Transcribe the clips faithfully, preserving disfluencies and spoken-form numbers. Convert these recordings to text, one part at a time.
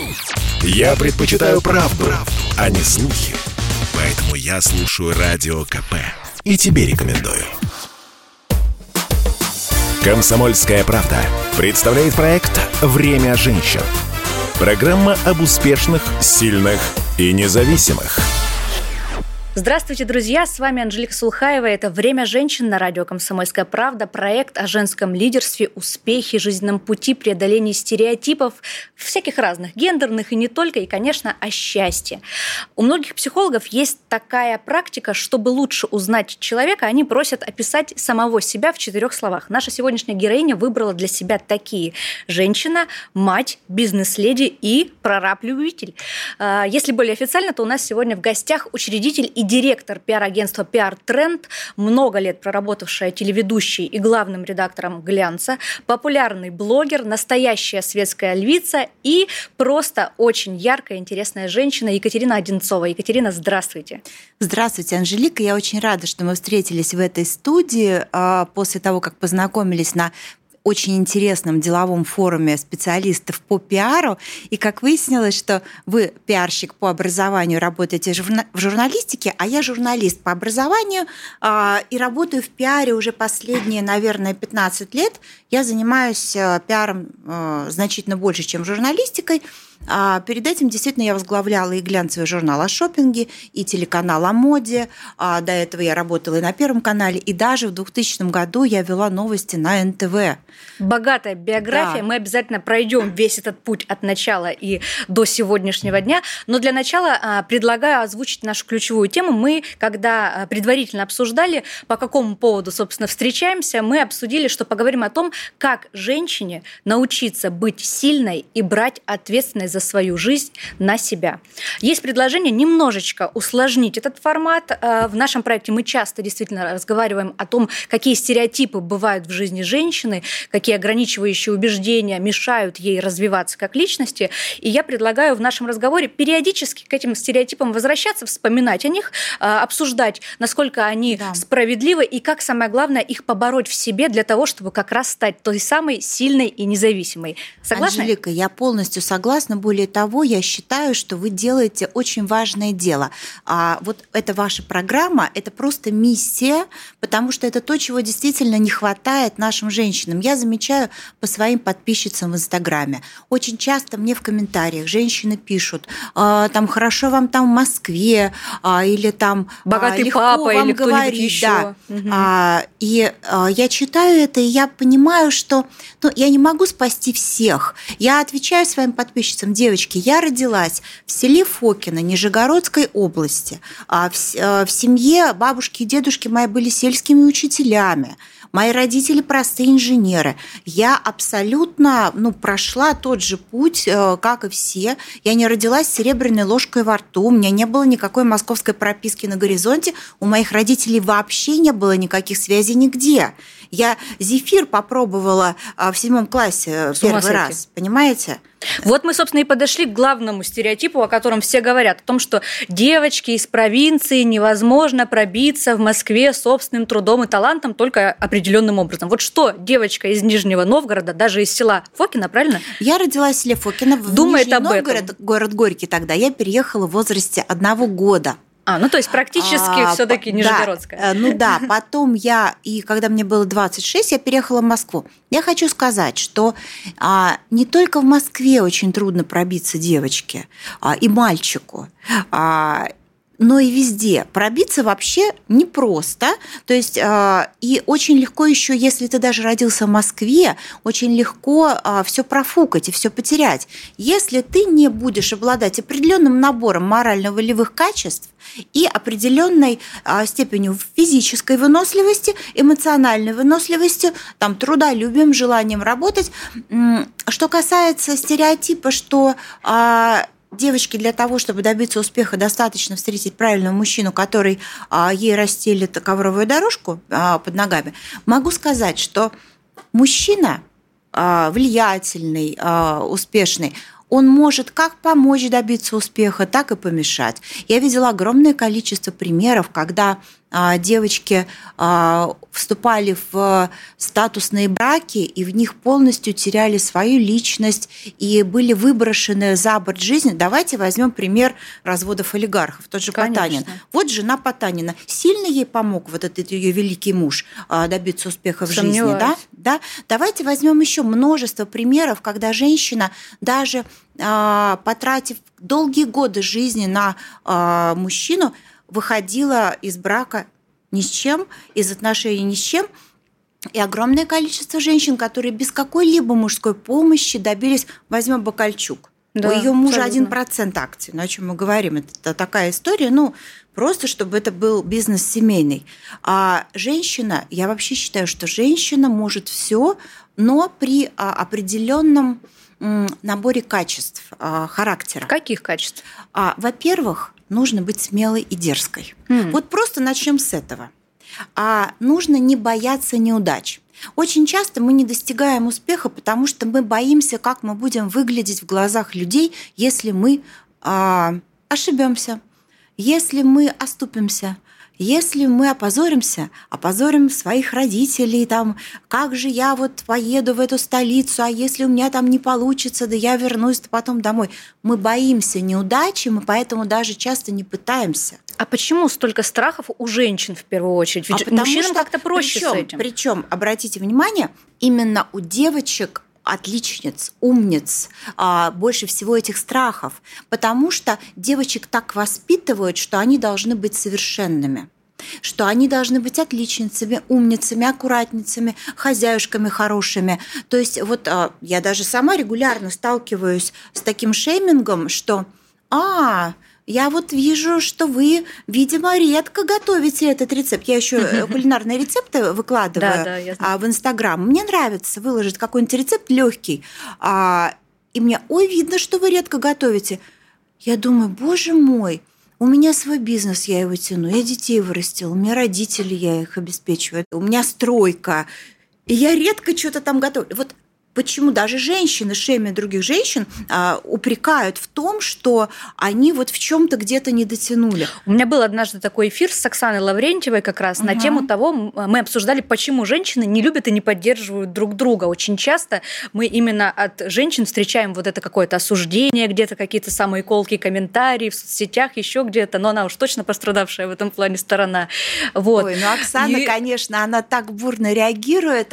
Я предпочитаю правду, правду, а не слухи. Поэтому я слушаю Радио КП. И тебе рекомендую. «Комсомольская правда» представляет проект «Время женщин». Программа об успешных, сильных и независимых. Здравствуйте, друзья! С вами Анжелика Сулхаева. Это «Время женщин» на радио «Комсомольская правда». Проект о женском лидерстве, успехе, жизненном пути, преодолении стереотипов, всяких разных, гендерных и не только, и, конечно, о счастье. У многих психологов есть такая практика, чтобы лучше узнать человека, они просят описать самого себя в четырех словах. Наша сегодняшняя героиня выбрала для себя такие: женщина, мать, бизнес-леди и прораб-любитель. Если более официально, то у нас сегодня в гостях учредитель и директор пиар-агентства «Пиар-тренд», много лет проработавшая телеведущей и главным редактором «Глянца», популярный блогер, настоящая светская львица и просто очень яркая, интересная женщина Екатерина Одинцова. Екатерина, здравствуйте. Здравствуйте, Анжелика. Я очень рада, что мы встретились в этой студии после того, как познакомились на очень интересном деловом форуме специалистов по пиару. И как выяснилось, что вы пиарщик по образованию, работаете в журналистике, а я журналист по образованию и работаю в пиаре уже последние, наверное, пятнадцать лет. Я занимаюсь пиаром значительно больше, чем журналистикой. А перед этим действительно я возглавляла и глянцевый журнал о шопинге, и телеканал о моде. А до этого я работала и на Первом канале, и даже в двухтысячном году я вела новости на эн тэ вэ. Богатая биография. Да. Мы обязательно пройдем весь этот путь от начала и до сегодняшнего дня. Но для начала предлагаю озвучить нашу ключевую тему. Мы, когда предварительно обсуждали, по какому поводу, собственно, встречаемся, мы обсудили, что поговорим о том, как женщине научиться быть сильной и брать ответственность за свою жизнь на себя. Есть предложение немножечко усложнить этот формат. В нашем проекте мы часто действительно разговариваем о том, какие стереотипы бывают в жизни женщины, какие ограничивающие убеждения мешают ей развиваться как личности. И я предлагаю в нашем разговоре периодически к этим стереотипам возвращаться, вспоминать о них, обсуждать, насколько они да. справедливы и как, самое главное, их побороть в себе для того, чтобы как раз стать той самой сильной и независимой. Согласны? Анжелика, я полностью согласна. Более того, я считаю, что вы делаете очень важное дело. А вот эта ваша программа – это просто миссия, потому что это то, чего действительно не хватает нашим женщинам. Я замечаю по своим подписчицам в Инстаграме. Очень часто мне в комментариях женщины пишут: там хорошо вам там в Москве, или там богатый легко папа вам или говорить. Еще. Да. Угу. А, и а, я читаю это, и я понимаю, что ну, я не могу спасти всех. Я отвечаю своим подписчицам: девочки, я родилась в селе Фокино Нижегородской области. В семье бабушки и дедушки мои были сельскими учителями. Мои родители простые инженеры. Я абсолютно ну, прошла тот же путь, как и все. Я не родилась с серебряной ложкой во рту, у меня не было никакой московской прописки на горизонте, у моих родителей вообще не было никаких связей нигде. Я зефир попробовала в седьмом классе первый раз, понимаете? Вот мы, собственно, и подошли к главному стереотипу, о котором все говорят, о том, что девочки из провинции невозможно пробиться в Москве собственным трудом и талантом только определенным образом. Вот что девочка из Нижнего Новгорода, даже из села Фокино, правильно? Я родилась в селе Фокино, в Думает Нижний об Новгород, этом. Город Горький тогда. Я переехала в возрасте одного года. А, ну то есть практически а, все-таки Нижегородская. Да, ну да, потом я, и когда мне было двадцать шесть, я переехала в Москву. Я хочу сказать, что а, не только в Москве очень трудно пробиться девочке а, и мальчику, а, но и везде. Пробиться вообще непросто. То есть и очень легко еще, если ты даже родился в Москве, очень легко все профукать и все потерять. Если ты не будешь обладать определенным набором морально-волевых качеств и определенной степенью физической выносливости, эмоциональной выносливости, там, трудолюбием, желанием работать. Что касается стереотипа, что девочке для того, чтобы добиться успеха, достаточно встретить правильного мужчину, который а, ей расстелит ковровую дорожку а, под ногами, могу сказать, что мужчина а, влиятельный, а, успешный, он может как помочь добиться успеха, так и помешать. Я видела огромное количество примеров, когда девочки вступали в статусные браки и в них полностью теряли свою личность и были выброшены за борт жизни. Давайте возьмем пример разводов олигархов. Тот же Конечно. Потанин. Вот жена Потанина. Сильно ей помог вот этот ее великий муж добиться успеха в жизни. Да? Да? Давайте возьмем еще множество примеров, когда женщина, даже потратив долгие годы жизни на мужчину, выходила из брака ни с чем, из отношений ни с чем. И огромное количество женщин, которые без какой-либо мужской помощи добились, возьмем Бакальчук. Да, у ее мужа один процент акций. Ну, о чем мы говорим? Это такая история, ну, просто чтобы это был бизнес семейный. А женщина, я вообще считаю, что женщина может все, но при определенном наборе качеств, характера. Каких качеств? Во-первых, нужно быть смелой и дерзкой. Mm. Вот просто начнем с этого. А нужно не бояться неудач. Очень часто мы не достигаем успеха, потому что мы боимся, как мы будем выглядеть в глазах людей, если мы а, ошибемся, если мы оступимся. Если мы опозоримся, опозорим своих родителей, там, как же я вот поеду в эту столицу, а если у меня там не получится, да я вернусь потом домой. Мы боимся неудачи, мы поэтому даже часто не пытаемся. А почему столько страхов у женщин в первую очередь? Ведь а мужчинам как-то проще причем, с этим. Причем, обратите внимание, именно у девочек отличниц, умниц, больше всего этих страхов, потому что девочек так воспитывают, что они должны быть совершенными, что они должны быть отличницами, умницами, аккуратницами, хозяюшками хорошими. То есть вот я даже сама регулярно сталкиваюсь с таким шеймингом, что «а, я вот вижу, что вы, видимо, редко готовите этот рецепт». Я еще кулинарные рецепты выкладываю да, да, я знаю. В Инстаграм. Мне нравится выложить какой-нибудь рецепт легкий, и мне, ой, видно, что вы редко готовите. Я думаю, боже мой, у меня свой бизнес, я его тяну, я детей вырастила, у меня родители, я их обеспечиваю, у меня стройка, и я редко что-то там готовлю. Вот почему даже женщины, шеймя других женщин, а, упрекают в том, что они вот в чем-то где-то не дотянули. У меня был однажды такой эфир с Оксаной Лаврентьевой как раз угу. на тему того, мы обсуждали, почему женщины не любят и не поддерживают друг друга. Очень часто мы именно от женщин встречаем вот это какое-то осуждение, где-то какие-то самые колкие комментарии в соцсетях, еще где-то, но она уж точно пострадавшая в этом плане сторона. Вот. Ой, ну Оксана, и... конечно, она так бурно реагирует,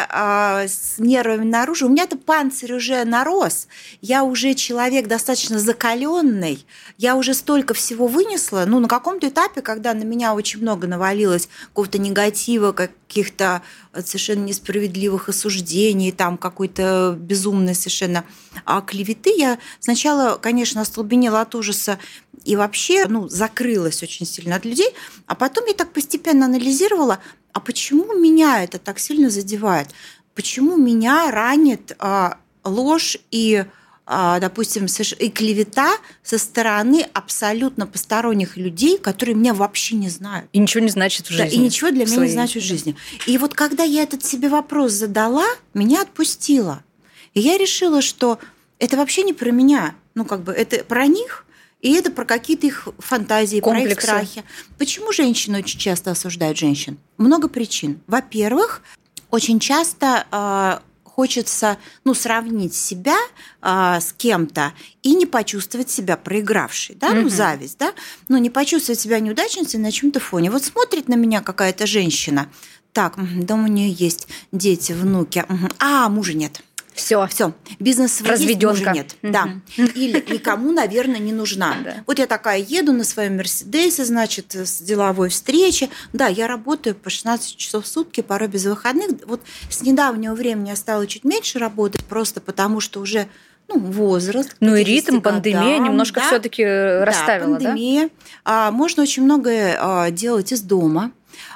она э, с нервами на у меня-то панцирь уже нарос, я уже человек достаточно закаленный, я уже столько всего вынесла. Ну, на каком-то этапе, когда на меня очень много навалилось какого-то негатива, каких-то совершенно несправедливых осуждений, там какой-то безумной совершенно клеветы, я сначала, конечно, остолбенела от ужаса и вообще ну, закрылась очень сильно от людей, а потом я так постепенно анализировала, а почему меня это так сильно задевает? Почему меня ранит а, ложь и, а, допустим, и клевета со стороны абсолютно посторонних людей, которые меня вообще не знают. И ничего не значит в жизни. Да, и ничего для меня не значит в жизни. И вот когда я этот себе вопрос задала, меня отпустило. И я решила, что это вообще не про меня. Ну, как бы это про них, и это про какие-то их фантазии, комплексы. Про их страхи. Почему женщины очень часто осуждают женщин? Много причин. Во-первых, очень часто э, хочется ну, сравнить себя э, с кем-то и не почувствовать себя проигравшей, да, mm-hmm. ну, зависть, да, ну, не почувствовать себя неудачницей на чьем-то фоне. Вот смотрит на меня какая-то женщина, так, дома у нее есть дети, внуки, а мужа нет. Все, все, бизнес разведёнка. Нет, mm-hmm. да, или никому, наверное, не нужна. Да. Вот я такая еду на своем Мерседесе, значит, с деловой встречи. Да, я работаю по шестнадцать часов в сутки, порой без выходных. Вот с недавнего времени я стала чуть меньше работать, просто потому что уже ну, возраст. Ну и ритм, пандемия немножко да, все-таки расставила, да? Пандемия. Да? Можно очень многое делать из дома.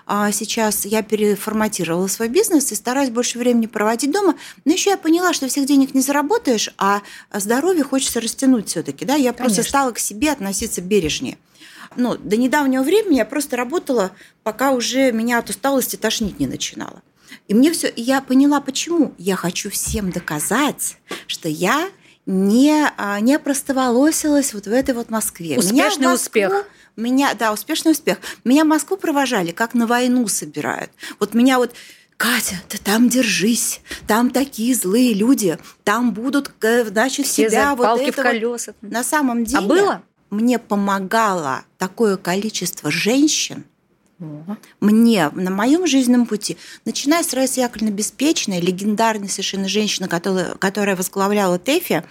Сейчас я переформатировала свой бизнес и стараюсь больше времени проводить дома. Но еще я поняла, что всех денег не заработаешь, а здоровье хочется растянуть все-таки. Да? Я просто Конечно. Стала к себе относиться бережнее. Ну, до недавнего времени я просто работала, пока уже меня от усталости тошнить не начинало. И мне все, и я поняла, почему. Я хочу всем доказать, что я не, не опростоволосилась вот в этой вот Москве. Успешный меня в Москву, успех. меня, да, успешный успех. Меня в Москву провожали, как на войну собирают. Вот меня вот... Катя, ты там держись, там такие злые люди, там будут, значит, все себя вот палки это в колеса. Вот. На самом деле... А было? Мне помогало такое количество женщин, О. мне на моем жизненном пути, начиная с Раисы Яковлевны Беспечной, легендарной совершенно женщины, которая, которая возглавляла ТЭФИ,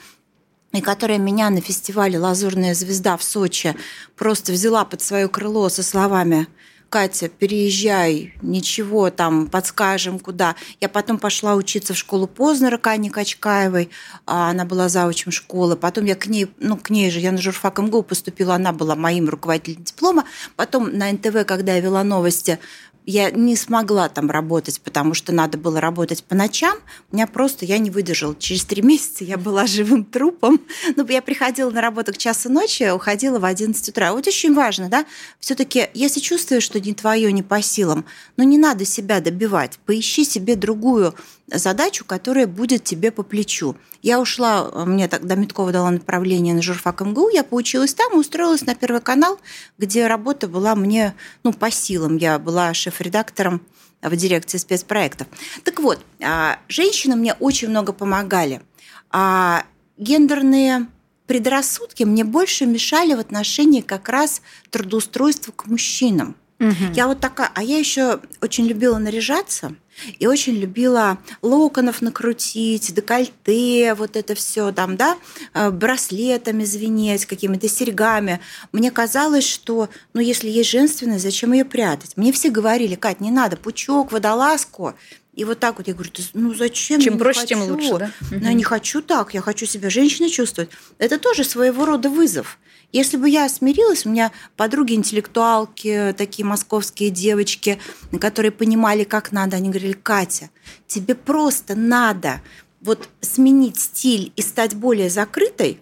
и которая меня на фестивале «Лазурная звезда» в Сочи просто взяла под свое крыло со словами: Катя, переезжай, ничего, там, подскажем, куда. Я потом пошла учиться в школу Познера к Анне Качкаевой, она была заучем школы. Потом я к ней, ну, к ней же, я на журфак МГУ поступила, она была моим руководителем диплома. Потом на эн тэ вэ, когда я вела новости, я не смогла там работать, потому что надо было работать по ночам. У меня просто, я не выдержала. Через три месяца я была живым трупом. Ну, я приходила на работу к часу ночи, уходила в одиннадцать утра. Вот очень важно, да, все-таки, если чувствуешь, что не твое, не по силам, но не надо себя добивать. Поищи себе другую задачу, которая будет тебе по плечу. Я ушла, мне тогда Миткова дала направление на журфак МГУ, я поучилась там и устроилась на Первый канал, где работа была мне, ну, по силам. Я была шеф-редактором в дирекции спецпроектов. Так вот, женщины мне очень много помогали. А гендерные предрассудки мне больше мешали в отношении как раз трудоустройства к мужчинам. Угу. Я вот такая, а я еще очень любила наряжаться и очень любила локонов накрутить, декольте, вот это все там, да, браслетами звенеть, какими-то серьгами. Мне казалось, что, ну, если есть женственность, зачем ее прятать? Мне все говорили: Кать, не надо, пучок, водолазку. И вот так вот я говорю: ну зачем? Чем я проще, хочу. тем лучше, да? Но я не хочу так, я хочу себя женщиной чувствовать. Это тоже своего рода вызов. Если бы я смирилась, у меня подруги-интеллектуалки, такие московские девочки, которые понимали, как надо, они говорили: Катя, тебе просто надо вот сменить стиль и стать более закрытой,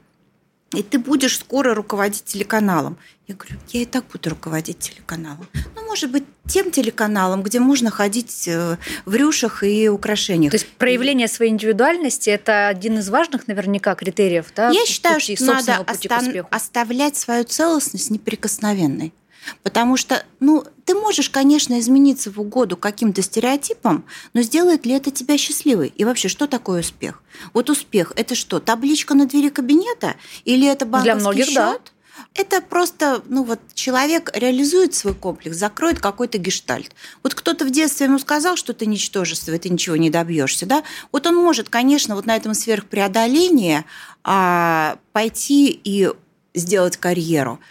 и ты будешь скоро руководить телеканалом. Я говорю: я и так буду руководить телеканалом. Ну, может быть, тем телеканалом, где можно ходить в рюшах и украшениях. То есть проявление своей индивидуальности – это один из важных наверняка критериев, да? Я считаю, пути, что надо оста- оставлять свою целостность неприкосновенной. Потому что, ну, ты можешь, конечно, измениться в угоду каким-то стереотипам, но сделает ли это тебя счастливой? И вообще, что такое успех? Вот успех – это что, табличка на двери кабинета? Или это банковский Для многих, счет? Да. Это просто, ну вот, человек реализует свой комплекс, закроет какой-то гештальт. Вот кто-то в детстве ему сказал, что ты ничтожество, и ты ничего не добьешься, да? Вот он может, конечно, вот на этом сверхпреодолении а, пойти и сделать карьеру.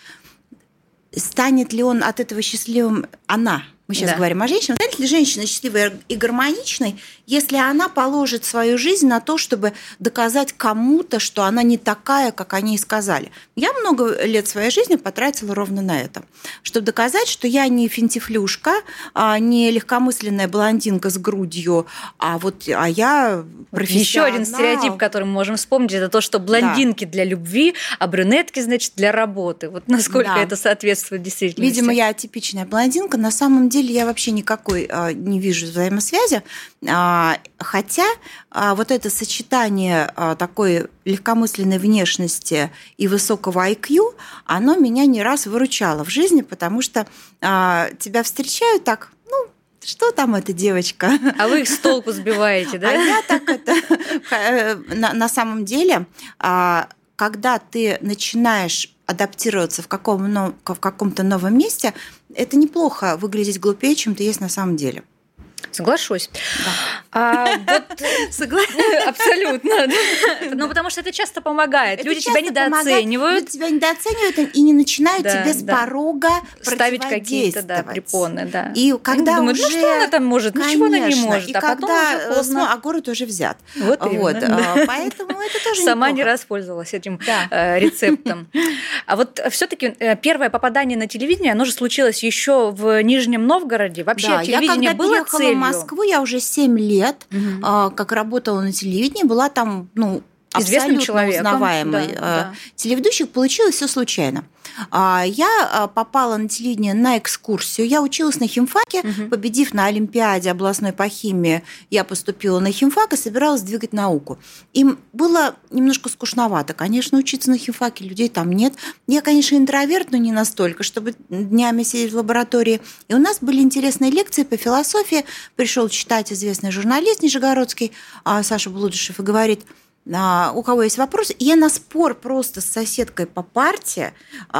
Станет ли он от этого счастливым? Она. Мы сейчас да. говорим о женщинах. Станет ли женщина счастливой и гармоничной, если она положит свою жизнь на то, чтобы доказать кому-то, что она не такая, как они и сказали? Я много лет своей жизни потратила ровно на это, чтобы доказать, что я не финтифлюшка, не легкомысленная блондинка с грудью, а вот а я профессионал. Еще один стереотип, который мы можем вспомнить, это то, что блондинки да. для любви, а брюнетки, значит, для работы. Вот насколько да. это соответствует действительности. Видимо, я атипичная блондинка. На самом деле я вообще никакой а, не вижу взаимосвязи. А, хотя а, вот это сочетание а, такой легкомысленной внешности и высокого ай кью, оно меня не раз выручало в жизни, потому что а, тебя встречают так, ну, что там эта девочка? А вы их с толку сбиваете, да? А я так это... На, на самом деле, а, когда ты начинаешь адаптироваться в, каком, но, в каком-то новом месте, это неплохо выглядеть глупее, чем ты есть на самом деле. Соглашусь. Да. А, вот... Согласна. Абсолютно. Ну, потому что это часто помогает. Это Люди тебя недооценивают. Люди тебя недооценивают и не начинают да, тебе с да. порога ставить какие-то да, препоны. Да. И когда думают, уже... ну что она там может, конечно, ничего она не может. И а когда, потом уже поздно. Ну, а город уже взят. Вот именно. Вот. Да. Поэтому это тоже Сама неплохо. Не распользовалась этим да. рецептом. А вот все-таки первое попадание на телевидение, оно же случилось еще в Нижнем Новгороде. Вообще да, телевидение я, было приехала целью? в Москву, я уже семь лет, угу. как работала на телевидении, была там, ну, известным человеком, узнаваемый да, да. телеведущий. Получилось все случайно. Я попала на телевидение на экскурсию. Я училась на химфаке, угу. победив на Олимпиаде областной по химии, я поступила на химфак и собиралась двигать науку. Им было немножко скучновато, конечно, учиться на химфаке, людей там нет. Я, конечно, интроверт, но не настолько, чтобы днями сидеть в лаборатории. И у нас были интересные лекции по философии. Пришел читать известный журналист нижегородский Саша Блудышев и говорит: у кого есть вопросы. И я на спор просто с соседкой по парте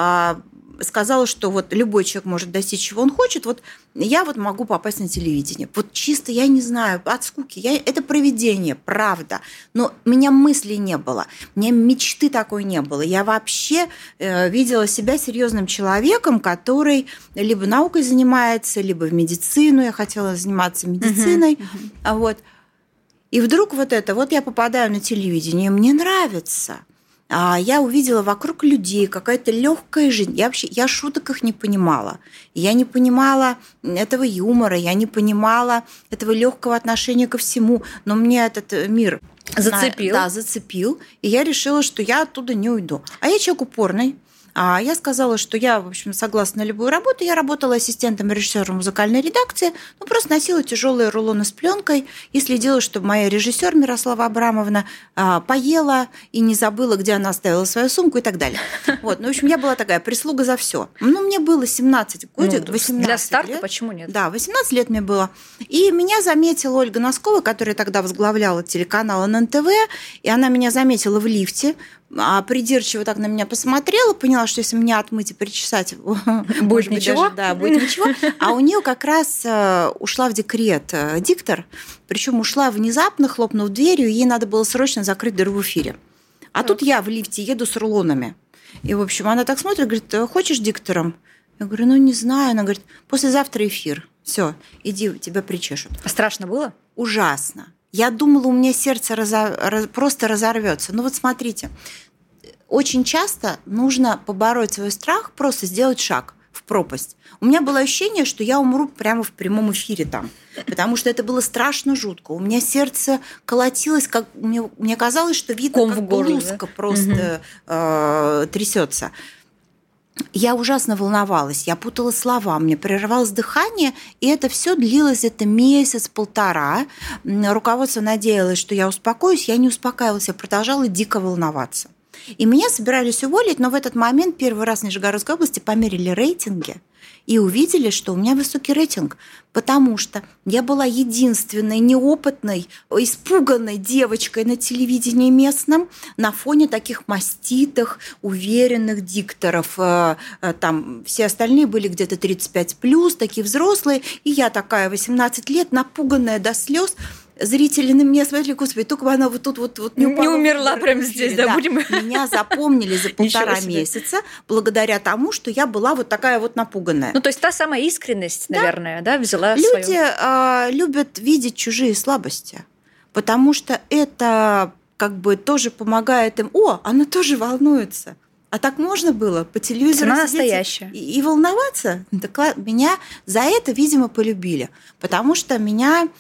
сказала, что вот любой человек может достичь, чего он хочет. Вот я вот могу попасть на телевидение. Вот чисто, я не знаю, от скуки. Я, это провидение, правда. Но у меня мыслей не было. У меня мечты такой не было. Я вообще э, видела себя серьезным человеком, который либо наукой занимается, либо в медицину. Я хотела заниматься медициной. Uh-huh, uh-huh. Вот. И вдруг вот это, вот я попадаю на телевидение, мне нравится. А я увидела вокруг людей какая-то легкая жизнь. Я вообще, я шуток их не понимала. Я не понимала этого юмора, я не понимала этого легкого отношения ко всему. Но мне этот мир зацепил. Да, зацепил. И я решила, что я оттуда не уйду. А я человек упорный. А я сказала, что я, в общем, согласна на любую работу. Я работала ассистентом режиссера музыкальной редакции, ну, просто носила тяжелые рулоны с пленкой и следила, чтобы моя режиссер Мирослава Абрамовна поела и не забыла, где она оставила свою сумку и так далее. Вот. Ну, в общем, я была такая прислуга за все. Ну, мне было семнадцать годиков, ну, восемнадцать для старта лет. Почему нет? Да, восемнадцать лет мне было. И меня заметила Ольга Носкова, которая тогда возглавляла телеканал эн эн тэ вэ, и она меня заметила в лифте, а придирчиво так на меня посмотрела, поняла, что если меня отмыть и причесать, будет ничего. Даже, да, будет ничего. А у нее как раз ушла в декрет диктор, причем ушла внезапно, хлопнув дверью, ей надо было срочно закрыть дыру в эфире. А так. Тут я в лифте еду с рулонами. И, в общем, она так смотрит, говорит: хочешь диктором? Я говорю: ну, не знаю. Она говорит: послезавтра эфир. Все, иди, тебя причешут. А страшно было? Ужасно. Я думала, у меня сердце разо... просто разорвется. Ну вот смотрите, очень часто нужно побороть свой страх, просто сделать шаг в пропасть. У меня было ощущение, что я умру прямо в прямом эфире там, потому что это было страшно жутко. У меня сердце колотилось, как мне, мне казалось, что видно, ком как в горле, блузка да? просто угу. э, трясется. Я ужасно волновалась, я путала слова, мне прерывалось дыхание, и это все длилось это месяц-полтора. Руководство надеялось, что я успокоюсь, я не успокаивалась, я продолжала дико волноваться. И меня собирались уволить, но в этот момент первый раз в Нижегородской области померили рейтинги и увидели, что у меня высокий рейтинг, потому что я была единственной неопытной, испуганной девочкой на телевидении местном на фоне таких маститых, уверенных дикторов. Там все остальные были где-то тридцать пять плюс, такие взрослые, и я такая восемнадцать лет, напуганная до слез. Зрители на меня смотрели: господи, только бы она вот тут вот, вот не, не умерла прямо здесь, да, да, будем. Меня запомнили за полтора месяца благодаря тому, что я была вот такая вот напуганная. Ну, то есть та самая искренность, да? наверное, да, взяла Люди свою. э, любят видеть чужие слабости, потому что это как бы тоже помогает им. О, она тоже волнуется. А так можно было по телевизору Она сидеть настоящая. И, и волноваться? Так меня за это, видимо, полюбили, потому что меня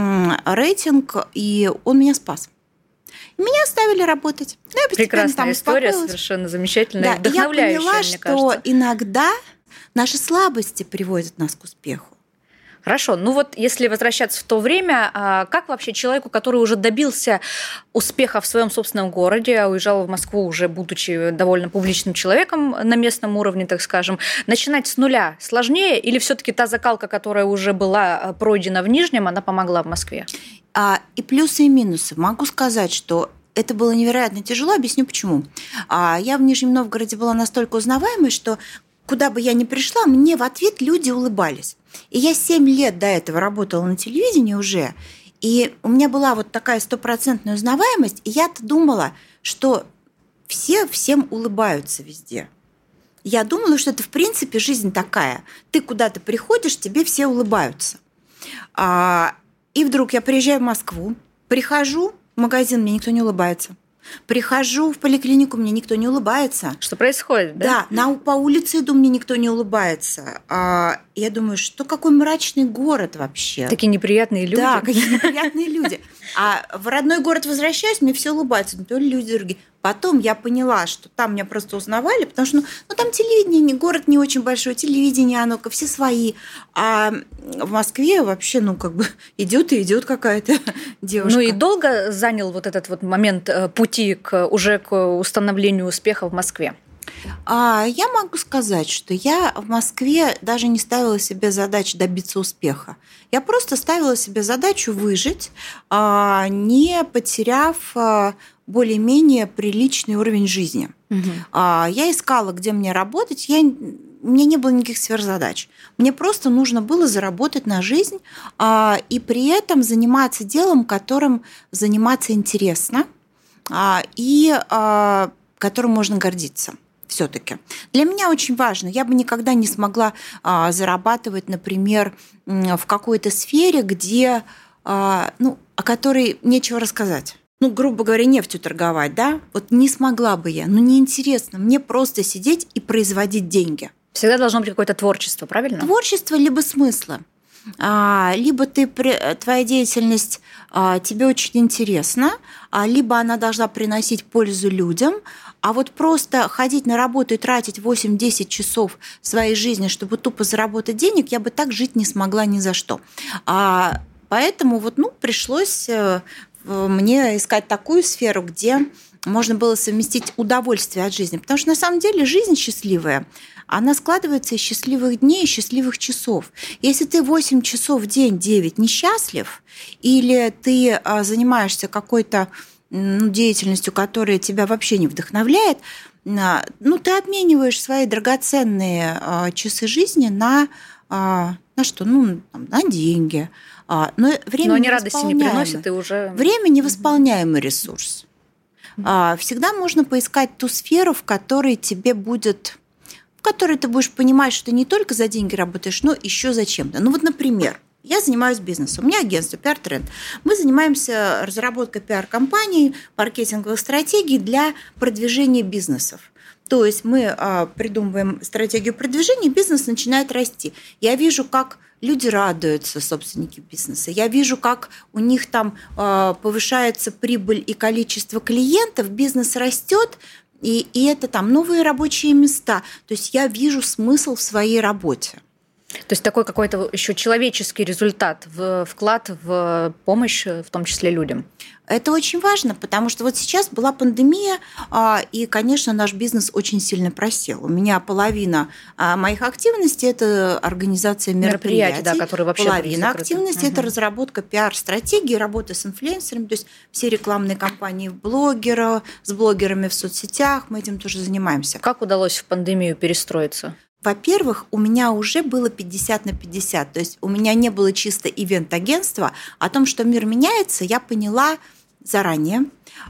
рейтинг, и он меня спас. Меня оставили работать. Ну, я прекрасная история, совершенно замечательная, да, вдохновляющая, я поняла, мне что кажется. Иногда наши слабости приводят нас к успеху. Хорошо, ну вот если возвращаться в то время, как вообще человеку, который уже добился успеха в своем собственном городе, уезжал в Москву уже будучи довольно публичным человеком на местном уровне, так скажем, начинать с нуля сложнее или все-таки та закалка, которая уже была пройдена в Нижнем, она помогла в Москве? И плюсы, и минусы. Могу сказать, что это было невероятно тяжело, объясню почему. Я в Нижнем Новгороде была настолько узнаваемой, что куда бы я ни пришла, мне в ответ люди улыбались. И я семь лет до этого работала на телевидении уже, и у меня была вот такая стопроцентная узнаваемость, и я-то думала, что все всем улыбаются везде. Я думала, что это, в принципе, жизнь такая. Ты куда-то приходишь, тебе все улыбаются. И вдруг я приезжаю в Москву, прихожу в магазин, мне никто не улыбается. Прихожу в поликлинику, мне никто не улыбается. Что происходит, да? Да, на, по улице иду, мне никто не улыбается. А, я думаю, что какой мрачный город вообще. Такие неприятные люди. Да, какие неприятные люди. А в родной город возвращаюсь, мне все улыбаются, ну то ли люди другие. Потом я поняла, что там меня просто узнавали, потому что ну, ну, там телевидение, город не очень большой, телевидение, оно все свои. А в Москве вообще, ну, как бы идет и идет какая-то девушка. Ну и долго занял вот этот вот момент пути к, уже к установлению успеха в Москве? А, я могу сказать, что я в Москве даже не ставила себе задачу добиться успеха. Я просто ставила себе задачу выжить, а, не потеряв а, более-менее приличный уровень жизни. Угу. А, я искала, где мне работать. Я, у меня не было никаких сверхзадач. Мне просто нужно было заработать на жизнь а, и при этом заниматься делом, которым заниматься интересно а, и а, которым можно гордиться. Все-таки. Для меня очень важно. Я бы никогда не смогла а, зарабатывать, например, в какой-то сфере, где, а, ну, о которой нечего рассказать. Ну, грубо говоря, нефтью торговать, да? Вот не смогла бы я. Ну, неинтересно. Мне просто сидеть и производить деньги. Всегда должно быть какое-то творчество, правильно? Творчество либо смысла. А, либо ты, твоя деятельность а, тебе очень интересна, а, либо она должна приносить пользу людям, а вот просто ходить на работу и тратить восемь-десять часов своей жизни, чтобы тупо заработать денег, я бы так жить не смогла ни за что. А, поэтому вот, ну, пришлось мне искать такую сферу, где можно было совместить удовольствие от жизни. Потому что на самом деле жизнь счастливая, она складывается из счастливых дней и счастливых часов. Если ты восемь часов в день, девять несчастлив, или ты занимаешься какой-то ну, деятельностью, которая тебя вообще не вдохновляет, ну, ты обмениваешь свои драгоценные часы жизни на, на что? Ну, на деньги. Но, время Но они радости не приносят, и уже... Время – невосполняемый ресурс. Всегда можно поискать ту сферу, в которой тебе будет... в которой ты будешь понимать, что ты не только за деньги работаешь, но еще за чем-то. Ну вот, например, я занимаюсь бизнесом, у меня агентство пи ар-тренд. Мы занимаемся разработкой пиар-компаний, маркетинговых стратегий для продвижения бизнесов. То есть мы придумываем стратегию продвижения, и бизнес начинает расти. Я вижу, как люди радуются, собственники бизнеса. Я вижу, как у них там повышается прибыль и количество клиентов, бизнес растет, и, и это там новые рабочие места. То есть я вижу смысл в своей работе. То есть такой какой-то еще человеческий результат, в вклад в помощь, в том числе людям. Это очень важно, потому что вот сейчас была пандемия, и, конечно, наш бизнес очень сильно просел. У меня половина моих активностей – это организация мероприятий, мероприятия, да, которые вообще половина активностей – это разработка пиар-стратегии, работа с инфлюенсерами, то есть все рекламные кампании блогера, с блогерами в соцсетях, мы этим тоже занимаемся. Как удалось в пандемию перестроиться? Во-первых, у меня уже было пятьдесят на пятьдесят, то есть у меня не было чисто ивент-агентства. О том, что мир меняется, я поняла заранее.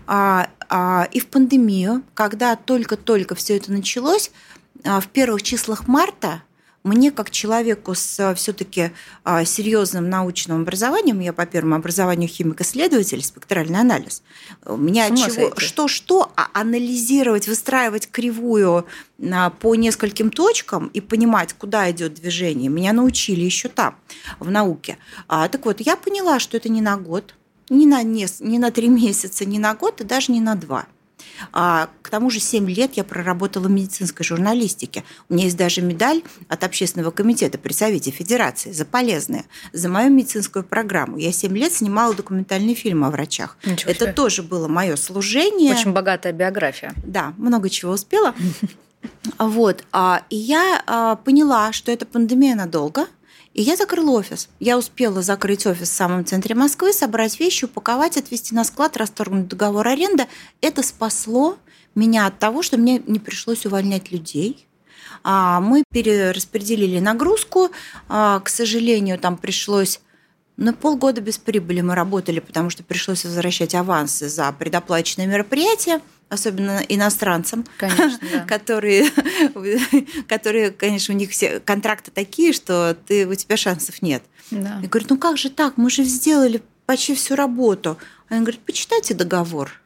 И в пандемию, когда только-только все это началось, в первых числах марта мне, как человеку с все-таки серьезным научным образованием, я по первому образованию химик-исследователь, спектральный анализ, у меня чего, что-что, а анализировать, выстраивать кривую по нескольким точкам и понимать, куда идет движение, меня научили еще там, в науке. Так вот, я поняла, что это не на год, не на, не, не на три месяца, не на год и даже не на два. А, к тому же семь лет я проработала в медицинской журналистике. У меня есть даже медаль от Общественного комитета при Совете Федерации за полезное, за мою медицинскую программу. Я семь лет снимала документальные фильмы о врачах. Ничего Это себе. Тоже было мое служение. Очень богатая биография. Да, много чего успела. Вот. И я поняла, что эта пандемия надолго. И я закрыла офис. Я успела закрыть офис в самом центре Москвы, собрать вещи, упаковать, отвезти на склад, расторгнуть договор аренды. Это спасло меня от того, что мне не пришлось увольнять людей. Мы перераспределили нагрузку. К сожалению, там пришлось... На полгода без прибыли мы работали, потому что пришлось возвращать авансы за предоплаченные мероприятия, особенно иностранцам, конечно, да. которые, которые, конечно, у них все контракты такие, что ты, у тебя шансов нет. Да. Я говорю, ну как же так, мы же сделали почти всю работу. Они говорят, почитайте договор.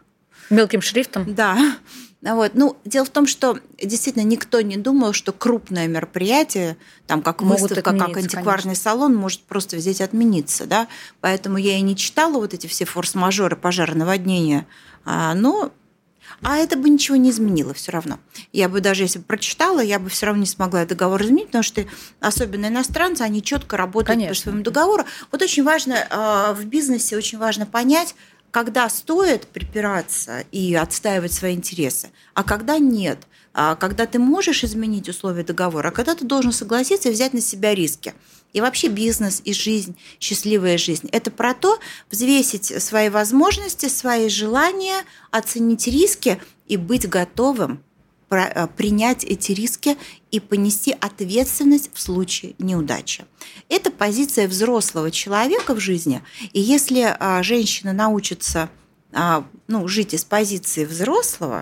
Мелким шрифтом? Да. Вот. Ну, дело в том, что действительно никто не думал, что крупное мероприятие, там, как Могут выставка, как антикварный конечно. салон, может просто взять и отмениться. Да? Поэтому я и не читала вот эти все форс-мажоры, пожары, наводнения. А, но... а это бы ничего не изменило все равно. Я бы даже, если бы прочитала, я бы все равно не смогла договор изменить, потому что особенно иностранцы, они четко работают конечно. по своему договору. Вот очень важно в бизнесе, очень важно понять, когда стоит припираться и отстаивать свои интересы, а когда нет. Когда ты можешь изменить условия договора, а когда ты должен согласиться и взять на себя риски. И вообще бизнес и жизнь, счастливая жизнь – это про то, взвесить свои возможности, свои желания, оценить риски и быть готовым принять эти риски и понести ответственность в случае неудачи. Это позиция взрослого человека в жизни. И если женщина научится ну, жить из позиции взрослого,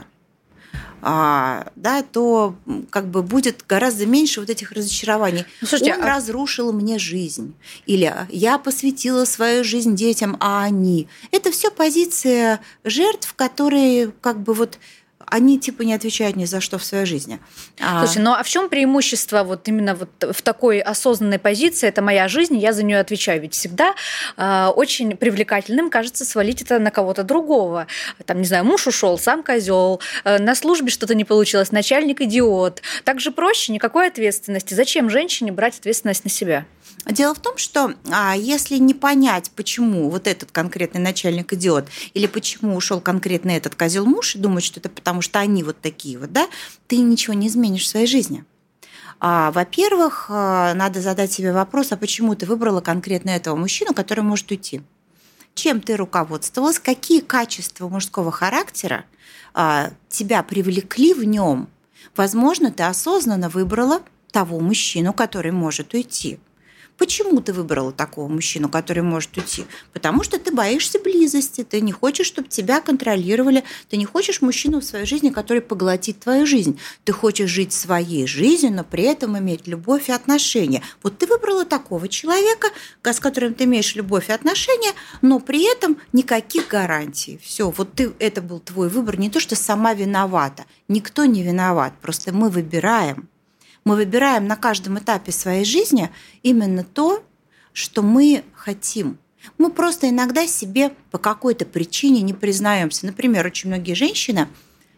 да, то как бы будет гораздо меньше вот этих разочарований. Ну, слушайте, Он а... разрушил мне жизнь. Или я посвятила свою жизнь детям, а они. Это все позиция жертв, которые как бы вот они типа не отвечают ни за что в своей жизни. Слушай, ну а в чем преимущество вот именно вот в такой осознанной позиции? Это моя жизнь, я за нее отвечаю. Ведь всегда э, очень привлекательным кажется свалить это на кого-то другого. Там, не знаю, муж ушел, сам козел, э, на службе что-то не получилось, начальник идиот. Так же проще, никакой ответственности. Зачем женщине брать ответственность на себя? Дело в том, что а, если не понять, почему вот этот конкретный начальник идиот, или почему ушел конкретно этот козел муж, и думать, что это потому, что они вот такие вот, да, ты ничего не изменишь в своей жизни. А, во-первых, а, надо задать себе вопрос, а почему ты выбрала конкретно этого мужчину, который может уйти? Чем ты руководствовалась? Какие качества мужского характера а, тебя привлекли в нем? Возможно, ты осознанно выбрала того мужчину, который может уйти. Почему ты выбрала такого мужчину, который может уйти? Потому что ты боишься близости, ты не хочешь, чтобы тебя контролировали, ты не хочешь мужчину в своей жизни, который поглотит твою жизнь. Ты хочешь жить своей жизнью, но при этом иметь любовь и отношения. Вот ты выбрала такого человека, с которым ты имеешь любовь и отношения, но при этом никаких гарантий. Все, вот ты, это был твой выбор, не то, что сама виновата. Никто не виноват, просто мы выбираем. Мы выбираем на каждом этапе своей жизни именно то, что мы хотим. Мы просто иногда себе по какой-то причине не признаемся. Например, очень многие женщины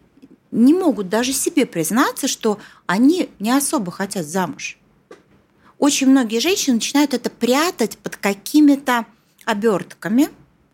не могут даже себе признаться, что они не особо хотят замуж. Очень многие женщины начинают это прятать под какими-то обертками,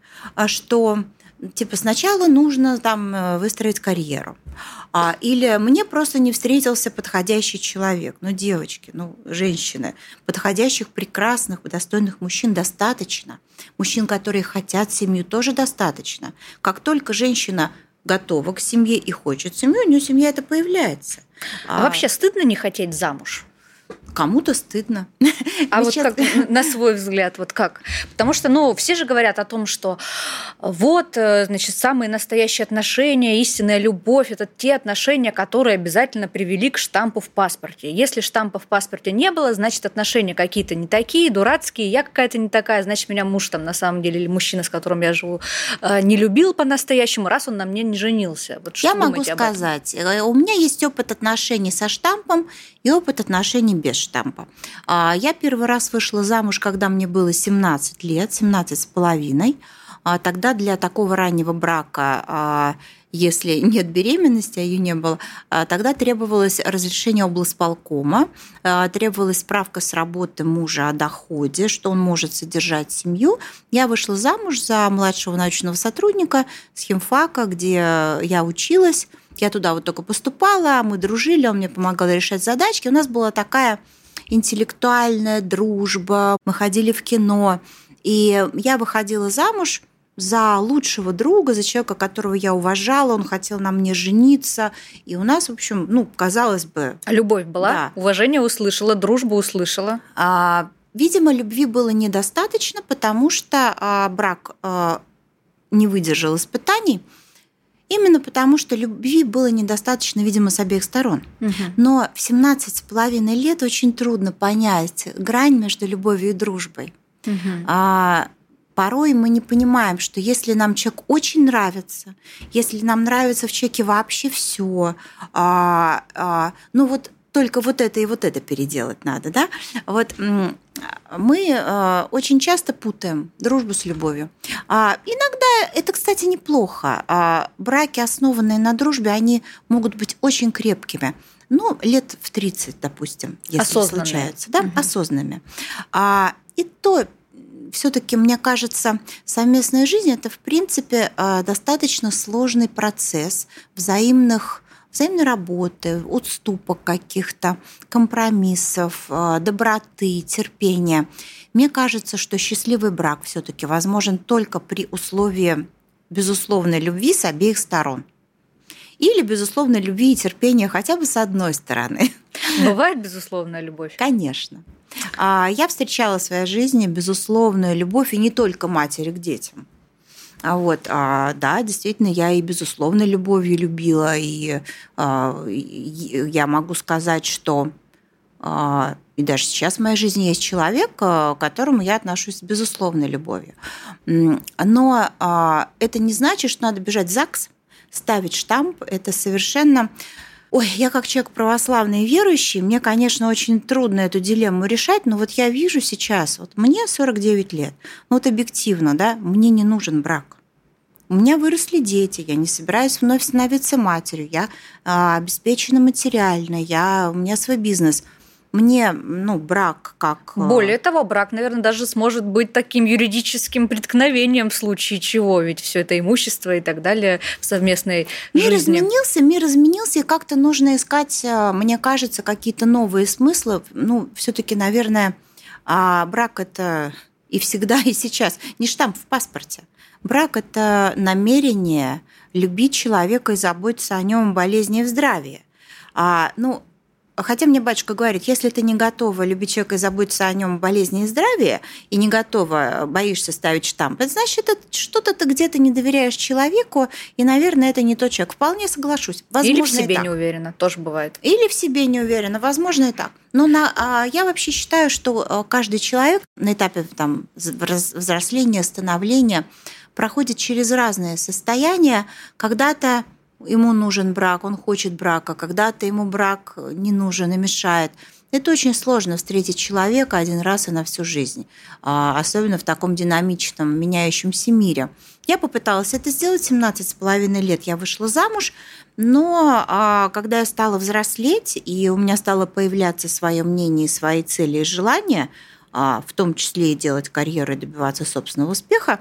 что типа сначала нужно там выстроить карьеру. А, или мне просто не встретился подходящий человек. Ну, девочки, ну, женщины, подходящих, прекрасных, достойных мужчин достаточно. Мужчин, которые хотят семью, тоже достаточно. Как только женщина готова к семье и хочет семью, у нее семья это появляется. А, а вообще стыдно не хотеть замуж? Кому-то стыдно. А вот как, на свой взгляд, вот как? Потому что, ну, все же говорят о том, что вот, значит, самые настоящие отношения, истинная любовь – это те отношения, которые обязательно привели к штампу в паспорте. Если штампа в паспорте не было, значит, отношения какие-то не такие, дурацкие, я какая-то не такая, значит, меня муж там на самом деле, или мужчина, с которым я живу, не любил по-настоящему, раз он на мне не женился. Вот я могу сказать, у меня есть опыт отношений со штампом и опыт отношений без штампа. Я первый раз вышла замуж, когда мне было семнадцать лет, семнадцать с половиной. Тогда для такого раннего брака, если нет беременности, а ее не было, тогда требовалось разрешение облсполкома, требовалась справка с работы мужа о доходе, что он может содержать семью. Я вышла замуж за младшего научного сотрудника с химфака, где я училась. Я туда вот только поступала, мы дружили, он мне помогал решать задачки. У нас была такая интеллектуальная дружба, мы ходили в кино. И я выходила замуж за лучшего друга, за человека, которого я уважала, он хотел на мне жениться. И у нас, в общем, ну, казалось бы... А любовь была? Да. Уважение услышала, дружбу услышала? А, видимо, любви было недостаточно, потому что а, брак а, не выдержал испытаний. Именно потому, что любви было недостаточно, видимо, с обеих сторон. Угу. Но в семнадцать с половиной лет очень трудно понять грань между любовью и дружбой. Угу. А, порой мы не понимаем, что если нам человек очень нравится, если нам нравится в человеке вообще все, а, а, ну вот только вот это и вот это переделать надо, да? Вот мы очень часто путаем дружбу с любовью. Иногда это, кстати, неплохо. Браки, основанные на дружбе, они могут быть очень крепкими. Ну, лет в тридцать, допустим, если случаются, да, угу. осознанными. И то все-таки, мне кажется, совместная жизнь – это, в принципе, достаточно сложный процесс взаимных, взаимной работы, уступок каких-то, компромиссов, доброты, терпения. Мне кажется, что счастливый брак все-таки возможен только при условии безусловной любви с обеих сторон. Или безусловной любви и терпения хотя бы с одной стороны. Бывает безусловная любовь? Конечно. Я встречала в своей жизни безусловную любовь, и не только матери к детям. Вот, да, действительно, я и безусловной любовью любила, и я могу сказать, что и даже сейчас в моей жизни есть человек, к которому я отношусь с безусловной любовью. Но это не значит, что надо бежать в ЗАГС, ставить штамп. Это совершенно... Ой, я как человек православный и верующий, мне, конечно, очень трудно эту дилемму решать, но вот я вижу сейчас, вот мне сорок девять лет, ну вот объективно, да, мне не нужен брак. У меня выросли дети, я не собираюсь вновь становиться матерью, я а, обеспечена материально, я, у меня свой бизнес. Мне, ну, брак как... Более того, брак, наверное, даже сможет быть таким юридическим преткновением в случае чего, ведь все это имущество и так далее в совместной мир жизни. Мир изменился, мир изменился, и как-то нужно искать, мне кажется, какие-то новые смыслы. Ну, все-таки, наверное, брак – это и всегда, и сейчас не штамп в паспорте. Брак – это намерение любить человека и заботиться о нем в болезни и в здравии. А, ну, Хотя мне батюшка говорит, если ты не готова любить человека и заботиться о нем в болезни и здравии, и не готова, боишься ставить штамп, это значит, это что-то ты где-то не доверяешь человеку, и, наверное, это не тот человек. Вполне соглашусь. Возможно, или в себе не уверена, тоже бывает. Или в себе не уверена, возможно, и так. Но на, а, я вообще считаю, что каждый человек на этапе там, взросления, становления проходит через разные состояния. Когда-то ему нужен брак, он хочет брака, когда-то ему брак не нужен и мешает. Это очень сложно встретить человека один раз и на всю жизнь, особенно в таком динамичном, меняющемся мире. Я попыталась это сделать в семнадцать с половиной лет. Я вышла замуж, но когда я стала взрослеть, и у меня стало появляться свое мнение, свои цели и желания, в том числе и делать карьеру и добиваться собственного успеха,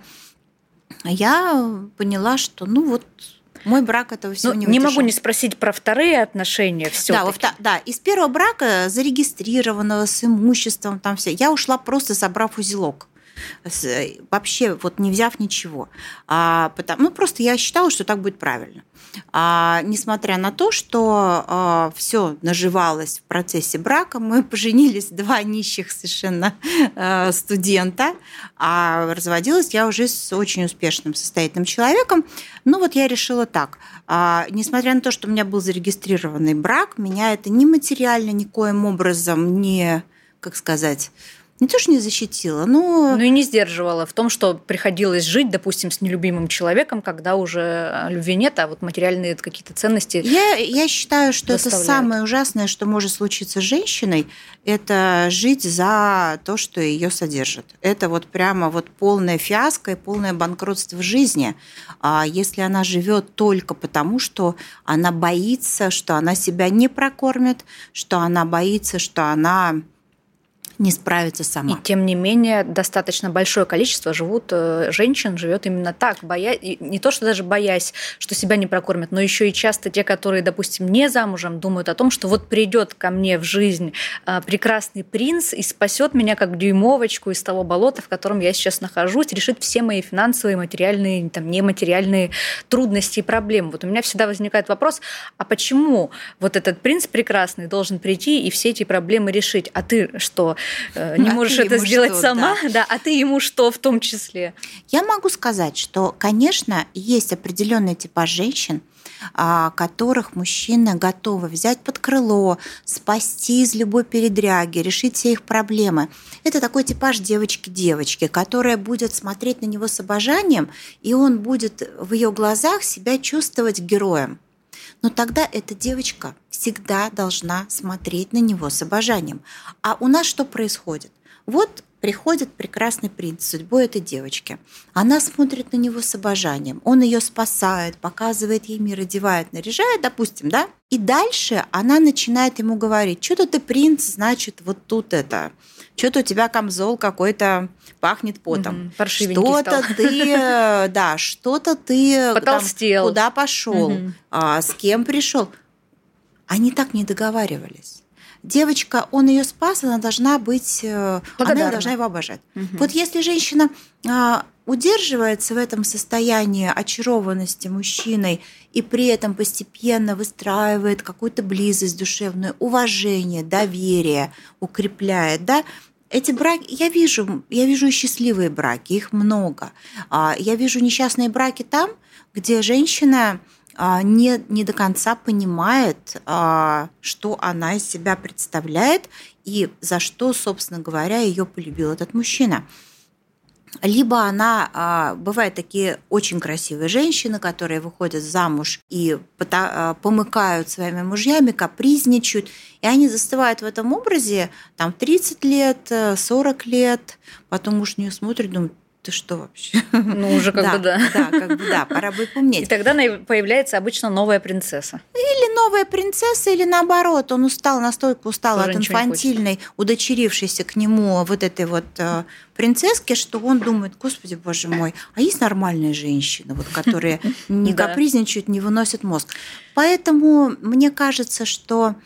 я поняла, что ну вот мой брак этого всего ну, не выдержал. Не могу не спросить про вторые отношения всё-таки. Да, да, из первого брака, зарегистрированного, с имуществом, там все, я ушла просто собрав узелок. Вообще вот не взяв ничего. А, потому, ну, просто я считала, что так будет правильно. А, несмотря на то, что а, все наживалось в процессе брака, мы поженились, два нищих совершенно а, студента, а разводилась я уже с очень успешным, состоятельным человеком. Ну вот я решила так. А, несмотря на то, что у меня был зарегистрированный брак, меня это ни материально, никоим образом не, как сказать... Не то, что не защитила, но... Ну и не сдерживала в том, что приходилось жить, допустим, с нелюбимым человеком, когда уже любви нет, а вот материальные какие-то ценности Я, я считаю, что доставляют. Это самое ужасное, что может случиться с женщиной, это жить за то, что ее содержит. Это вот прямо вот полная фиаско и полное банкротство в жизни. А если она живет только потому, что она боится, что она себя не прокормит, что она боится, что она... не справится сама. И тем не менее достаточно большое количество живут женщин живет именно так, боя... не то что даже боясь, что себя не прокормят, но еще и часто те, которые, допустим, не замужем, думают о том, что вот придет ко мне в жизнь прекрасный принц и спасет меня как дюймовочку из того болота, в котором я сейчас нахожусь, решит все мои финансовые, материальные, там, нематериальные трудности и проблемы. Вот у меня всегда возникает вопрос, а почему вот этот принц прекрасный должен прийти и все эти проблемы решить? А ты что, не а можешь это сделать что, сама, да. Да, а ты ему что в том числе? Я могу сказать, что, конечно, есть определенный типаж женщин, которых мужчины готовы взять под крыло, спасти из любой передряги, решить все их проблемы. Это такой типаж девочки-девочки, которая будет смотреть на него с обожанием, и он будет в ее глазах себя чувствовать героем. Но тогда эта девочка всегда должна смотреть на него с обожанием. А у нас что происходит? Вот приходит прекрасный принц судьбой этой девочки. Она смотрит на него с обожанием. Он ее спасает, показывает ей мир, одевает, наряжает, допустим, да? И дальше она начинает ему говорить: что-то ты принц, значит, вот тут это... Что-то у тебя камзол какой-то пахнет потом. Угу, что-то стал. ты, да, что-то ты потолстел. Там, куда пошел, угу. а, с кем пришел. Они так не договаривались. Девочка, он ее спас, она должна быть, она должна его обожать. Угу. Вот если женщина а, удерживается в этом состоянии очарованности мужчиной и при этом постепенно выстраивает какую-то близость душевную, уважение, доверие, укрепляет, да, эти браки, я вижу, я вижу счастливые браки, их много. Я вижу несчастные браки там, где женщина не, не до конца понимает, что она из себя представляет и за что, собственно говоря, ее полюбил этот мужчина. Либо она, бывают такие очень красивые женщины, которые выходят замуж и помыкают своими мужьями, капризничают, и они застывают в этом образе там тридцать лет, сорок лет, потом муж на нее смотрит, думает: ты что вообще? Ну, уже как да, бы да. Да, как бы да, пора бы помнеть. И тогда появляется обычно новая принцесса. Или новая принцесса, или наоборот, он устал, настолько устал Тоже от инфантильной, удочерившейся к нему вот этой вот принцесски, что он думает: господи, боже мой, а есть нормальные женщины, вот, которые не капризничают, не выносят мозг. Поэтому мне кажется, что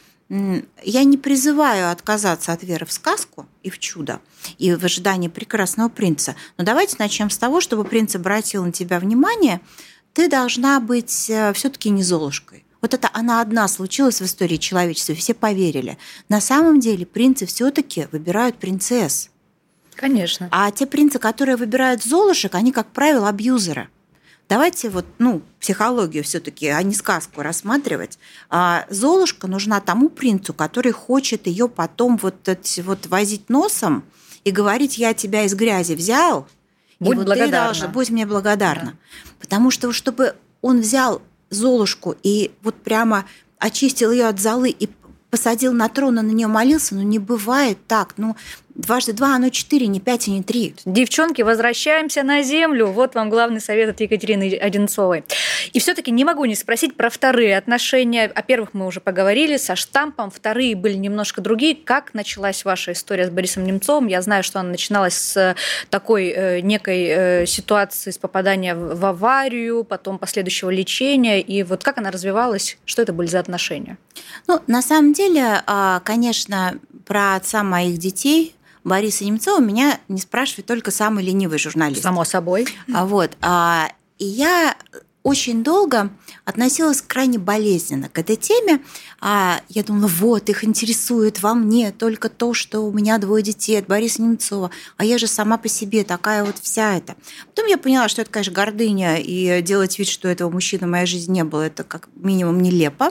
я не призываю отказаться от веры в сказку и в чудо, и в ожидании прекрасного принца. Но давайте начнем с того, чтобы принц обратил на тебя внимание. Ты должна быть все-таки не Золушкой. Вот это она одна случилась в истории человечества, все поверили. На самом деле принцы все-таки выбирают принцесс. Конечно. А те принцы, которые выбирают Золушек, они, как правило, абьюзеры. Давайте вот, ну, психологию все-таки, а не сказку рассматривать. А Золушка нужна тому принцу, который хочет ее потом вот, вот возить носом и говорить: я тебя из грязи взял, будь и вот благодарна. Ты должна, будь мне благодарна. Да. Потому что чтобы он взял Золушку и вот прямо очистил ее от золы и посадил на трон и на нее молился, ну не бывает так. Ну, дважды два, оно четыре, не пять и не три. Девчонки, возвращаемся на землю. Вот вам главный совет от Екатерины Одинцовой. И все-таки не могу не спросить про вторые отношения. О первых мы уже поговорили, со штампом. Вторые были немножко другие. Как началась ваша история с Борисом Немцовым? Я знаю, что она начиналась с такой э, некой э, ситуации, с попадания в аварию, потом последующего лечения. И вот как она развивалась? Что это были за отношения? Ну, на самом деле, конечно, про отца моих детей Бориса Немцова меня не спрашивает только самый ленивый журналист. Само собой. Вот. И я очень долго относилась крайне болезненно к этой теме. Я думала: вот, их интересует во мне только то, что у меня двое детей от Бориса Немцова, а я же сама по себе такая вот вся эта. Потом я поняла, что это, конечно, гордыня, и делать вид, что этого мужчины в моей жизни не было, это как минимум нелепо.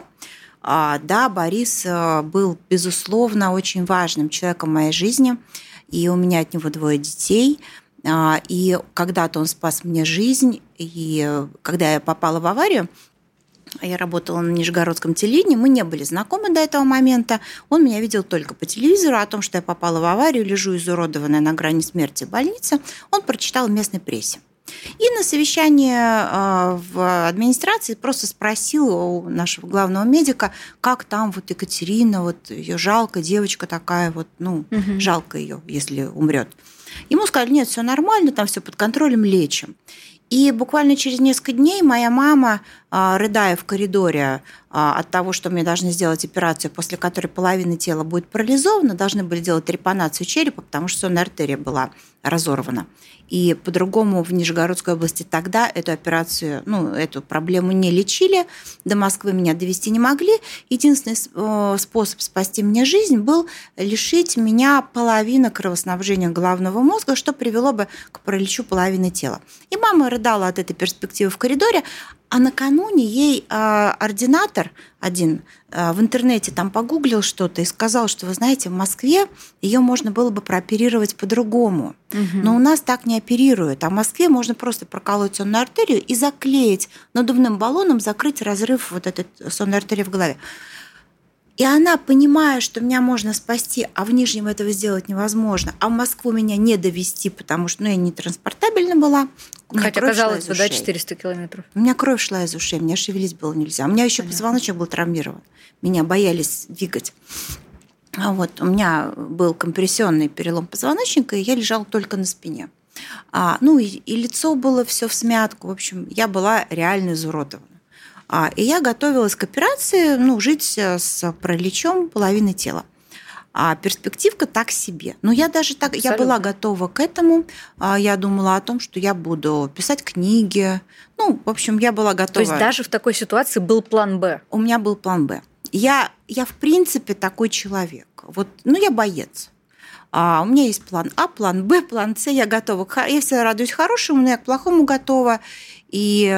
Да, Борис был, безусловно, очень важным человеком в моей жизни, и у меня от него двое детей. И когда-то он спас мне жизнь, и когда я попала в аварию, я работала на Нижегородском телевидении, мы не были знакомы до этого момента. Он меня видел только по телевизору. О том, что я попала в аварию, лежу изуродованная на грани смерти в больнице, он прочитал в местной прессе. И на совещании в администрации просто спросил у нашего главного медика, как там вот Екатерина, вот ее жалко, девочка такая вот, ну, угу. жалко ее, если умрет. Ему сказали: нет, все нормально, там все под контролем, лечим. И буквально через несколько дней моя мама рыдая в коридоре от того, что мне должны сделать операцию, после которой половина тела будет парализована, должны были делать трепанацию черепа, потому что сонная артерия была разорвана. И по-другому в Нижегородской области тогда эту операцию, ну, эту проблему не лечили, до Москвы меня довести не могли. Единственный способ спасти мне жизнь был лишить меня половины кровоснабжения головного мозга, что привело бы к параличу половины тела. И мама рыдала от этой перспективы в коридоре, а накануне ей ординатор один в интернете там погуглил что-то и сказал, что, вы знаете, в Москве ее можно было бы прооперировать по-другому. Угу. Но у нас так не оперируют. А в Москве можно просто проколоть сонную артерию и заклеить надувным баллоном, закрыть разрыв вот этой сонной артерии в голове. И она, понимая, что меня можно спасти, а в Нижнем этого сделать невозможно, а в Москву меня не довести, потому что ну, я не транспортабельна была. Хотя, казалось бы, да, четыреста километров. У меня кровь шла из ушей, меня шевелить было нельзя. У меня еще Понятно. Позвоночник был травмирован. Меня боялись двигать. А вот у меня был компрессионный перелом позвоночника, и я лежала только на спине. А, ну и, и лицо было все в смятку. В общем, я была реально изуродована. А, и я готовилась к операции, ну, жить с параличом половины тела. А перспективка так себе. Но я даже так, Абсолютно. Я была готова к этому. Я думала о том, что я буду писать книги. Ну, в общем, я была готова. То есть даже в такой ситуации был план «Б»? У меня был план «Б». Я, я в принципе, такой человек. Вот, ну, я боец. А у меня есть план А, план Б, план С. Я готова. Я всегда радуюсь хорошему, но я к плохому готова. И,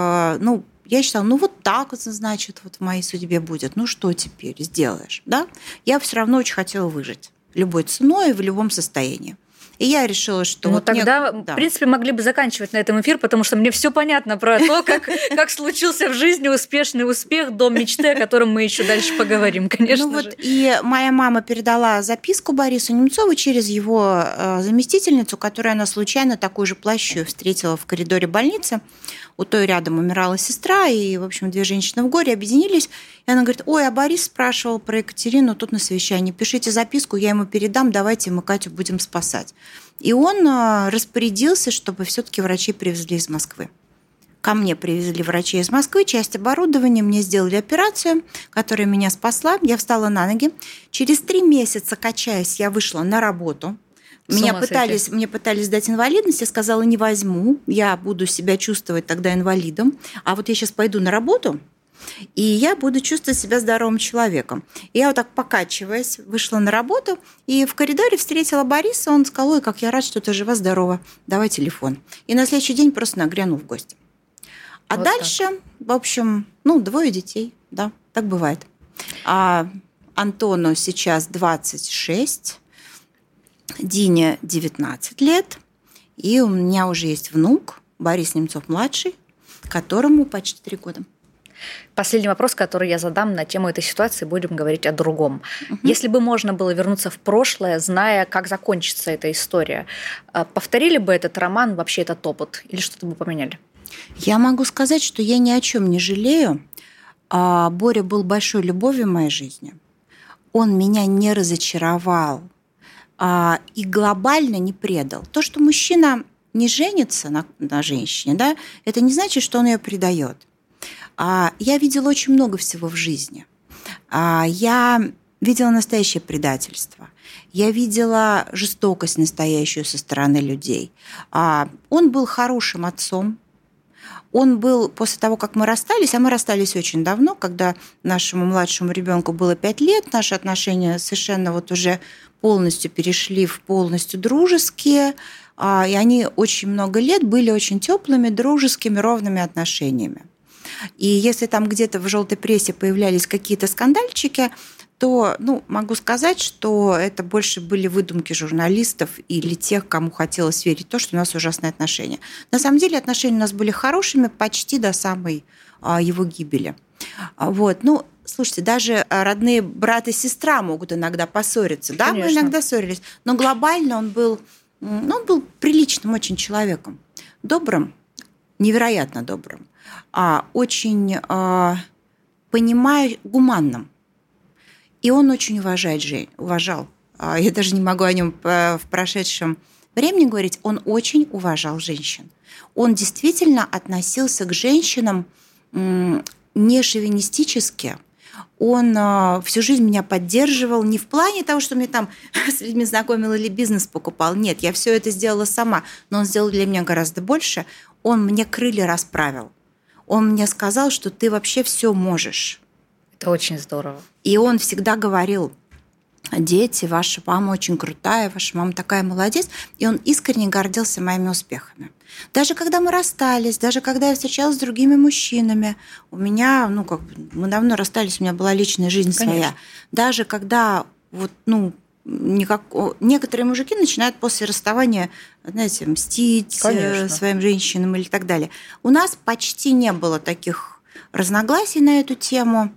ну, я считала, ну вот так вот, значит, вот в моей судьбе будет. Ну что теперь сделаешь, да? Я все равно очень хотела выжить любой ценой и в любом состоянии. И я решила, что... Ну, вот тогда, мне... в принципе, могли бы заканчивать на этом эфир, потому что мне все понятно про то, как, как случился в жизни успешный успех, дом мечты, о котором мы еще дальше поговорим, конечно ну, же. Вот, и моя мама передала записку Борису Немцову через его заместительницу, которую она случайно такую же плащу встретила в коридоре больницы. У той рядом умирала сестра, и, в общем, две женщины в горе объединились. И она говорит, ой, а Борис спрашивал про Екатерину тут на совещании. Пишите записку, я ему передам, давайте мы Катю будем спасать. И он распорядился, чтобы все-таки врачи привезли из Москвы. Ко мне привезли врачи из Москвы, часть оборудования, мне сделали операцию, которая меня спасла. Я встала на ноги. Через три месяца, качаясь, я вышла на работу. Меня пытались, мне пытались дать инвалидность, я сказала, не возьму, я буду себя чувствовать тогда инвалидом, а вот я сейчас пойду на работу, и я буду чувствовать себя здоровым человеком. И я вот так, покачиваясь, вышла на работу, и в коридоре встретила Бориса, он сказал, ой, как я рад, что ты жива-здорова, давай телефон. И на следующий день просто нагрянул в гости. А вот дальше, так. в общем, ну, двое детей, да, так бывает. А Антону сейчас двадцать шесть, Дине девятнадцать лет, и у меня уже есть внук, Борис Немцов-младший, которому почти три года. Последний вопрос, который я задам на тему этой ситуации, будем говорить о другом. Угу. Если бы можно было вернуться в прошлое, зная, как закончится эта история, повторили бы этот роман, вообще этот опыт, или что-то бы поменяли? Я могу сказать, что я ни о чем не жалею. Боря был большой любовью в моей жизни. Он меня не разочаровал и глобально не предал. То, что мужчина не женится на, на женщине, да, это не значит, что он ее предает. Я видела очень много всего в жизни. Я видела настоящее предательство. Я видела жестокость настоящую со стороны людей. Он был хорошим отцом. Он был, после того, как мы расстались, а мы расстались очень давно, когда нашему младшему ребенку было пять лет, наши отношения совершенно вот уже полностью перешли в полностью дружеские, и они очень много лет были очень теплыми, дружескими, ровными отношениями. И если там где-то в желтой прессе появлялись какие-то скандальчики, то, ну, могу сказать, что это больше были выдумки журналистов или тех, кому хотелось верить в то, что у нас ужасные отношения. На самом деле отношения у нас были хорошими почти до самой а, его гибели. Вот, ну, слушайте, даже родные брат и сестра могут иногда поссориться, да, Конечно. Мы иногда ссорились, но глобально он был, ну, он был приличным очень человеком, добрым, невероятно добрым, а, очень а, понимаю, гуманным. И он очень уважает Жень, уважал. Я даже не могу о нем в прошедшем времени говорить. Он очень уважал женщин. Он действительно относился к женщинам не шовинистически. Он всю жизнь меня поддерживал не в плане того, что мне там с людьми знакомил или бизнес покупал. Нет, я все это сделала сама, но он сделал для меня гораздо больше. Он мне крылья расправил. Он мне сказал, что ты вообще все можешь. Это очень здорово. И он всегда говорил: дети, ваша мама очень крутая, ваша мама такая молодец. И он искренне гордился моими успехами. Даже когда мы расстались, даже когда я встречалась с другими мужчинами, у меня, ну, как бы, мы давно расстались, у меня была личная жизнь Конечно. своя. Даже когда вот, ну, никак... некоторые мужики начинают после расставания, знаете, мстить Конечно. своим женщинам или так далее. У нас почти не было таких разногласий на эту тему.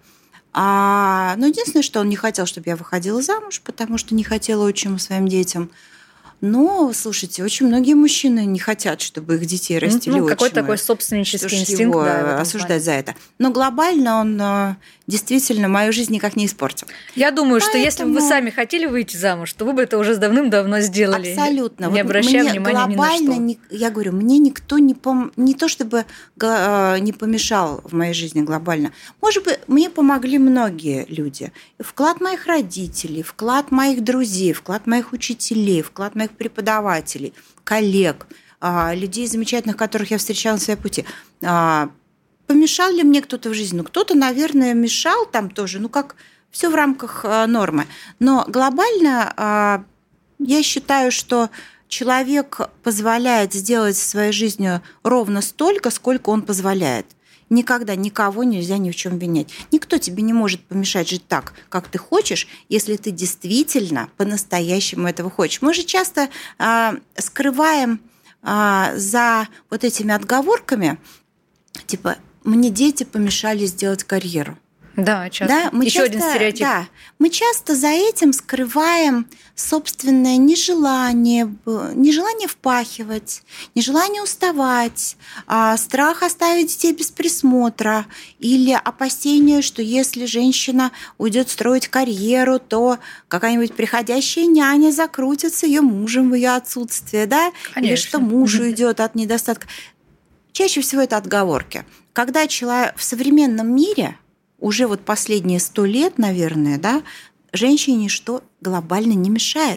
А, ну, единственное, что он не хотел, чтобы я выходила замуж, потому что не хотела отчима своим детям. Но, слушайте, очень многие мужчины не хотят, чтобы их детей растили ну, отчимы. Какой такой собственнический инстинкт. Его да, осуждать за это. Но глобально он действительно мою жизнь никак не испортил. Я думаю, Поэтому... что если бы вы сами хотели выйти замуж, то вы бы это уже давным-давно сделали. Абсолютно. Не вот обращая внимания ни на что. Не, я говорю, мне никто не, пом... не то чтобы не помешал в моей жизни глобально. Может быть, мне помогли многие люди. Вклад моих родителей, вклад моих друзей, вклад моих учителей, вклад моих преподавателей, коллег, людей замечательных, которых я встречала на своем пути. Помешал ли мне кто-то в жизни? Ну, кто-то, наверное, мешал там тоже, ну, как все в рамках нормы. Но глобально я считаю, что человек позволяет сделать со своей жизнью ровно столько, сколько он позволяет. Никогда никого нельзя ни в чем винять. Никто тебе не может помешать жить так, как ты хочешь, если ты действительно по-настоящему этого хочешь. Мы же часто а, скрываем а, за вот этими отговорками, типа, мне дети помешали сделать карьеру. Да, часто. Да, мы Еще часто, один стереотип. Да, мы часто за этим скрываем собственное нежелание, нежелание впахивать, нежелание уставать, страх оставить детей без присмотра или опасение, что если женщина уйдет строить карьеру, то какая-нибудь приходящая няня закрутится ее мужем в ее отсутствие, да? Конечно. Или что муж уйдет от недостатка. Чаще всего это отговорки. Когда человек в современном мире уже вот последние сто лет, наверное, да, женщине ничто глобально не мешает.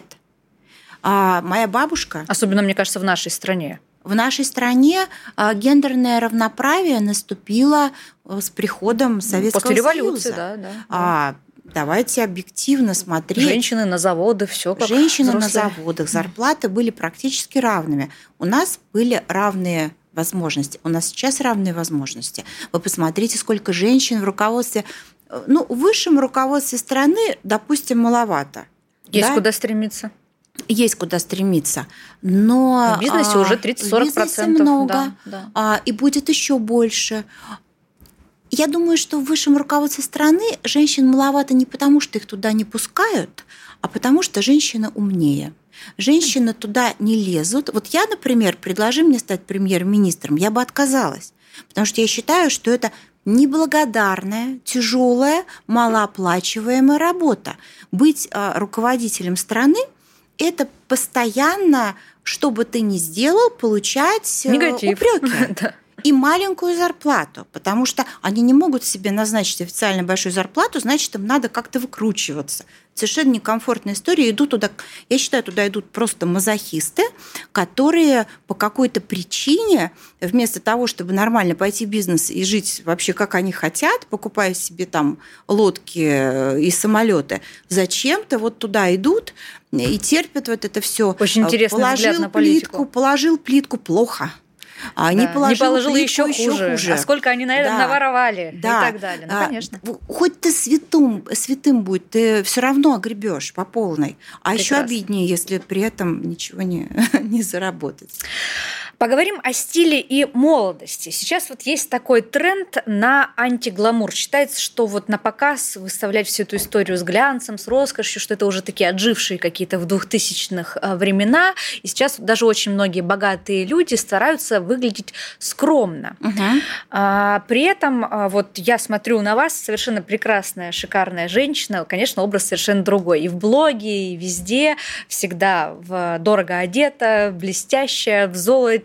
А моя бабушка... Особенно, мне кажется, в нашей стране. В нашей стране гендерное равноправие наступило с приходом Советского После революции, Союза. Да, да. А, давайте объективно смотреть. Женщины на заводы, все как Женщины взрослые. на заводах, зарплаты были практически равными. У нас были равные возможности. У нас сейчас равные возможности. Вы посмотрите, сколько женщин в руководстве, ну, в высшем руководстве страны, допустим, маловато. Есть да? куда стремиться. Есть куда стремиться. Но в бизнесе а, уже тридцать-сорок процентов. В бизнесе много, да, да. А, и будет еще больше. Я думаю, что в высшем руководстве страны женщин маловато не потому, что их туда не пускают, а потому что женщины умнее. Женщины туда не лезут. Вот я, например, предложи мне стать премьер-министром, я бы отказалась. Потому что я считаю, что это неблагодарная, тяжелая, малооплачиваемая работа. Быть руководителем страны – это постоянно, что бы ты ни сделал, получать негатив. Упреки. И маленькую зарплату, потому что они не могут себе назначить официально большую зарплату, значит, им надо как-то выкручиваться. Совершенно некомфортная история. Идут туда, я считаю, туда идут просто мазохисты, которые по какой-то причине, вместо того, чтобы нормально пойти в бизнес и жить вообще как они хотят, покупая себе там лодки и самолеты, зачем-то вот туда идут и терпят вот это все. Очень интересный положил взгляд на политику. Плитку, положил плитку плохо. А да, не положил, не положил плитку, еще, еще хуже. хуже. А сколько они на это да, наворовали да. и так далее. Ну, конечно. Хоть ты святым, святым будь, ты все равно огребешь по полной. А Прекрасно. Еще обиднее, если при этом ничего не, не заработать. Поговорим о стиле и молодости. Сейчас вот есть такой тренд на антигламур. Считается, что вот на показ выставлять всю эту историю с глянцем, с роскошью, что это уже такие отжившие какие-то в двухтысячных времена. И сейчас даже очень многие богатые люди стараются выглядеть скромно. Угу. А, при этом вот я смотрю на вас, совершенно прекрасная, шикарная женщина. Конечно, образ совершенно другой. И в блоге, и везде всегда в дорого одета, блестящая, в золоте,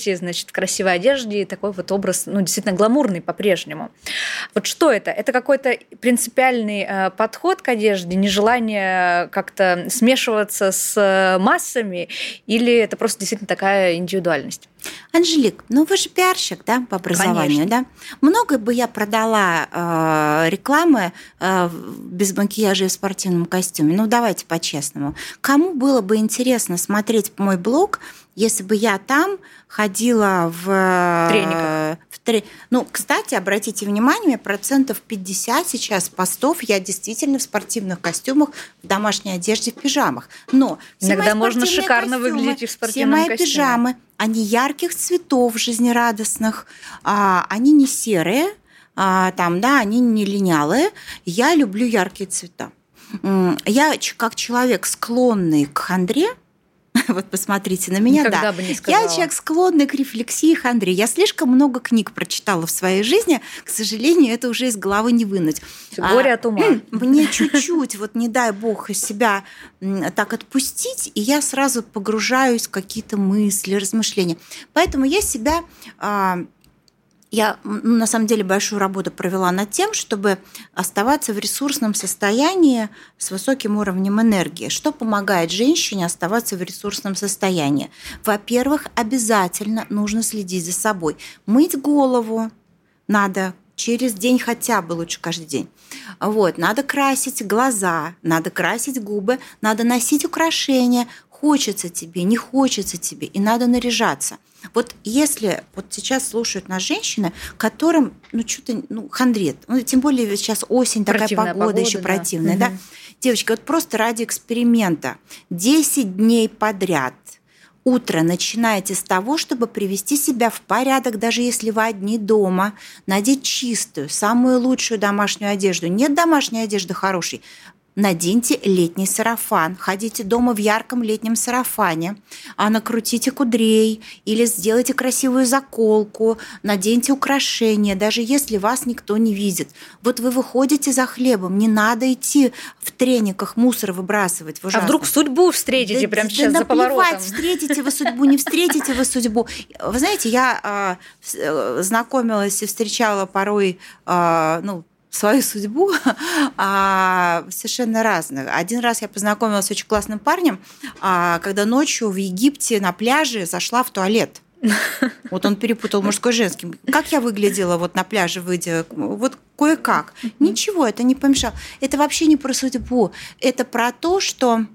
ходите, значит, в красивой одежде, и такой вот образ, ну, действительно гламурный по-прежнему. Вот что это? Это какой-то принципиальный подход к одежде, нежелание как-то смешиваться с массами, или это просто действительно такая индивидуальность? Анжелик, ну вы же пиарщик, да, по образованию, Конечно. да? Много бы я продала э, рекламы э, без макияжа и в спортивном костюме. Ну давайте по-честному. Кому было бы интересно смотреть мой блог, если бы я там ходила в трениках? В тре... Ну, кстати, обратите внимание, процентов пятьдесят сейчас постов я действительно в спортивных костюмах, в домашней одежде, в пижамах. Но иногда можно шикарно костюмы, выглядеть и в спортивном все мои костюме. Пижамы, они ярких цветов, жизнерадостных, а, они не серые, а, там, да, они не линялые. Я люблю яркие цвета. Я как человек, склонный к хандре, вот посмотрите на меня, никогда да. бы не сказала. Я человек, склонный к рефлексии и хандре. Я слишком много книг прочитала в своей жизни. К сожалению, это уже из головы не вынуть. Горе а, от ума. Мне чуть-чуть, вот не дай бог, себя так отпустить, и я сразу погружаюсь в какие-то мысли, размышления. Поэтому я себя... Я, на самом деле, большую работу провела над тем, чтобы оставаться в ресурсном состоянии с высоким уровнем энергии. Что помогает женщине оставаться в ресурсном состоянии? Во-первых, обязательно нужно следить за собой. Мыть голову надо через день хотя бы, лучше каждый день. Вот. Надо красить глаза, надо красить губы, надо носить украшения. Хочется тебе, не хочется тебе, и надо наряжаться. Вот если вот сейчас слушают нас женщины, которым ну что-то ну, хандрит, ну, тем более сейчас осень, такая погода, погода еще да. противная, да? Угу. Девочки, вот просто ради эксперимента десять дней подряд утро начинаете с того, чтобы привести себя в порядок, даже если вы одни дома, надеть чистую, самую лучшую домашнюю одежду. Нет домашней одежды хорошей. Наденьте летний сарафан, ходите дома в ярком летнем сарафане, а накрутите кудрей или сделайте красивую заколку, наденьте украшения, даже если вас никто не видит. Вот вы выходите за хлебом, не надо идти в трениках мусор выбрасывать. А вдруг судьбу встретите да, прямо сейчас да, за поворотом? Встретите вы судьбу, не встретите вы судьбу. Вы знаете, я э, знакомилась и встречала порой, э, ну, свою судьбу а, совершенно разных. Один раз я познакомилась с очень классным парнем, а, когда ночью в Египте на пляже зашла в туалет. Вот он перепутал мужской и женский. Как я выглядела вот на пляже, выйдя? Вот кое-как. Ничего, это не помешало. Это вообще не про судьбу. Это про то, что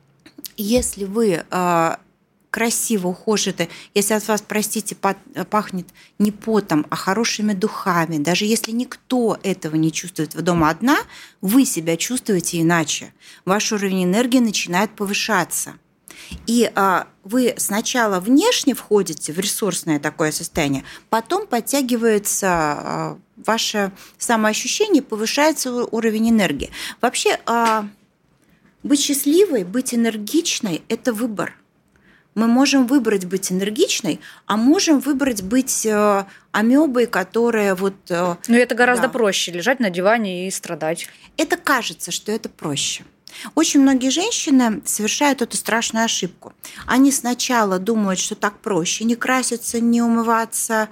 если вы... А, красиво ухожены, если от вас, простите, пахнет не потом, а хорошими духами, даже если никто этого не чувствует, вы дома одна, вы себя чувствуете иначе. Ваш уровень энергии начинает повышаться. И а, вы сначала внешне входите в ресурсное такое состояние, потом подтягивается а, ваше самоощущение, повышается уровень энергии. Вообще, а, быть счастливой, быть энергичной – это выбор. Мы можем выбрать быть энергичной, а можем выбрать быть э, амебой, которая вот... Э, Но это гораздо да. проще, лежать на диване и страдать. Это кажется, что это проще. Очень многие женщины совершают эту страшную ошибку. Они сначала думают, что так проще, не краситься, не умываться,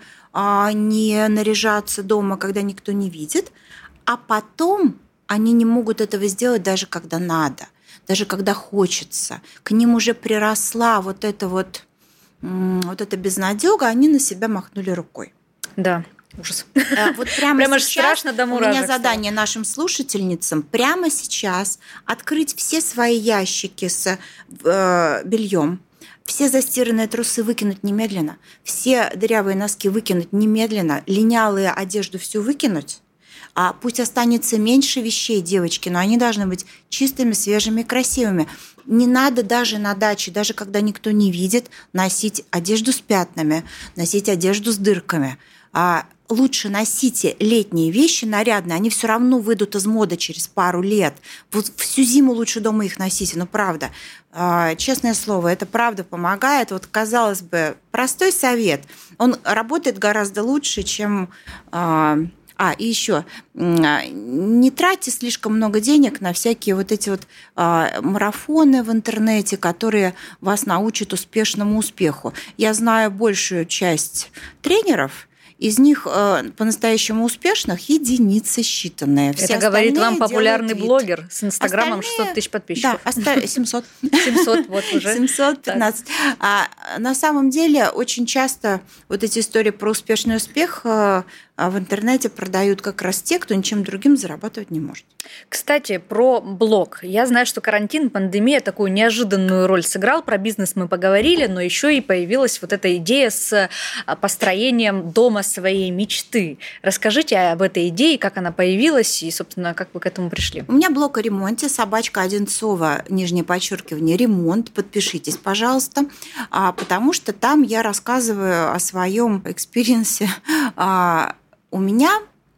не наряжаться дома, когда никто не видит, а потом они не могут этого сделать даже когда надо. Даже когда хочется, к ним уже приросла вот эта вот, вот эта безнадёга, они на себя махнули рукой. Да, ужас. Вот прямо, прямо сейчас страшно до мурашек. У меня задание нашим слушательницам прямо сейчас открыть все свои ящики с э, бельем, все застиранные трусы выкинуть немедленно, все дырявые носки выкинуть немедленно, линялые одежду всю выкинуть. А пусть останется меньше вещей, девочки, но они должны быть чистыми, свежими, красивыми. Не надо даже на даче, даже когда никто не видит, носить одежду с пятнами, носить одежду с дырками. А лучше носите летние вещи нарядные, они все равно выйдут из моды через пару лет. Вот всю зиму лучше дома их носите, ну правда. Честное слово, это правда помогает. Вот, казалось бы, простой совет. Он работает гораздо лучше, чем... А, и еще, не тратьте слишком много денег на всякие вот эти вот марафоны в интернете, которые вас научат успешному успеху. Я знаю большую часть тренеров, из них э, по-настоящему успешных единицы считанные. Все это говорит вам популярный блогер с инстаграмом остальные... шестьсот тысяч подписчиков. Да, оста... семьсот. семьсот, вот уже. семьсот пятнадцать. А на самом деле очень часто вот эти истории про успешный успех в интернете продают как раз те, кто ничем другим зарабатывать не может. Кстати, про блог. Я знаю, что карантин, пандемия такую неожиданную роль сыграл. Про бизнес мы поговорили, но еще и появилась вот эта идея с построением дома своей мечты. Расскажите об этой идее, как она появилась и, собственно, как вы к этому пришли. У меня блог о ремонте, собачка Одинцова, нижнее подчеркивание, ремонт. Подпишитесь, пожалуйста, потому что там я рассказываю о своем экспириенсе. У меня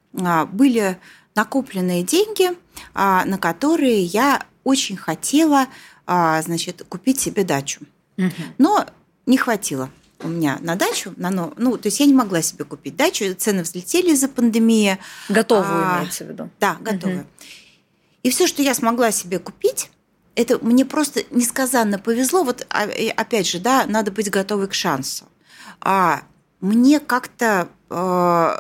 были накопленные деньги, на которые я очень хотела, значит, купить себе дачу. Угу. Но не хватило у меня на дачу. На, ну, то есть я не могла себе купить дачу, цены взлетели из-за пандемии. Готовую, а, имеется в виду? Да, готовую. Угу. И все, что я смогла себе купить, это мне просто несказанно повезло. Вот опять же, да, надо быть готовой к шансу. А мне как-то э,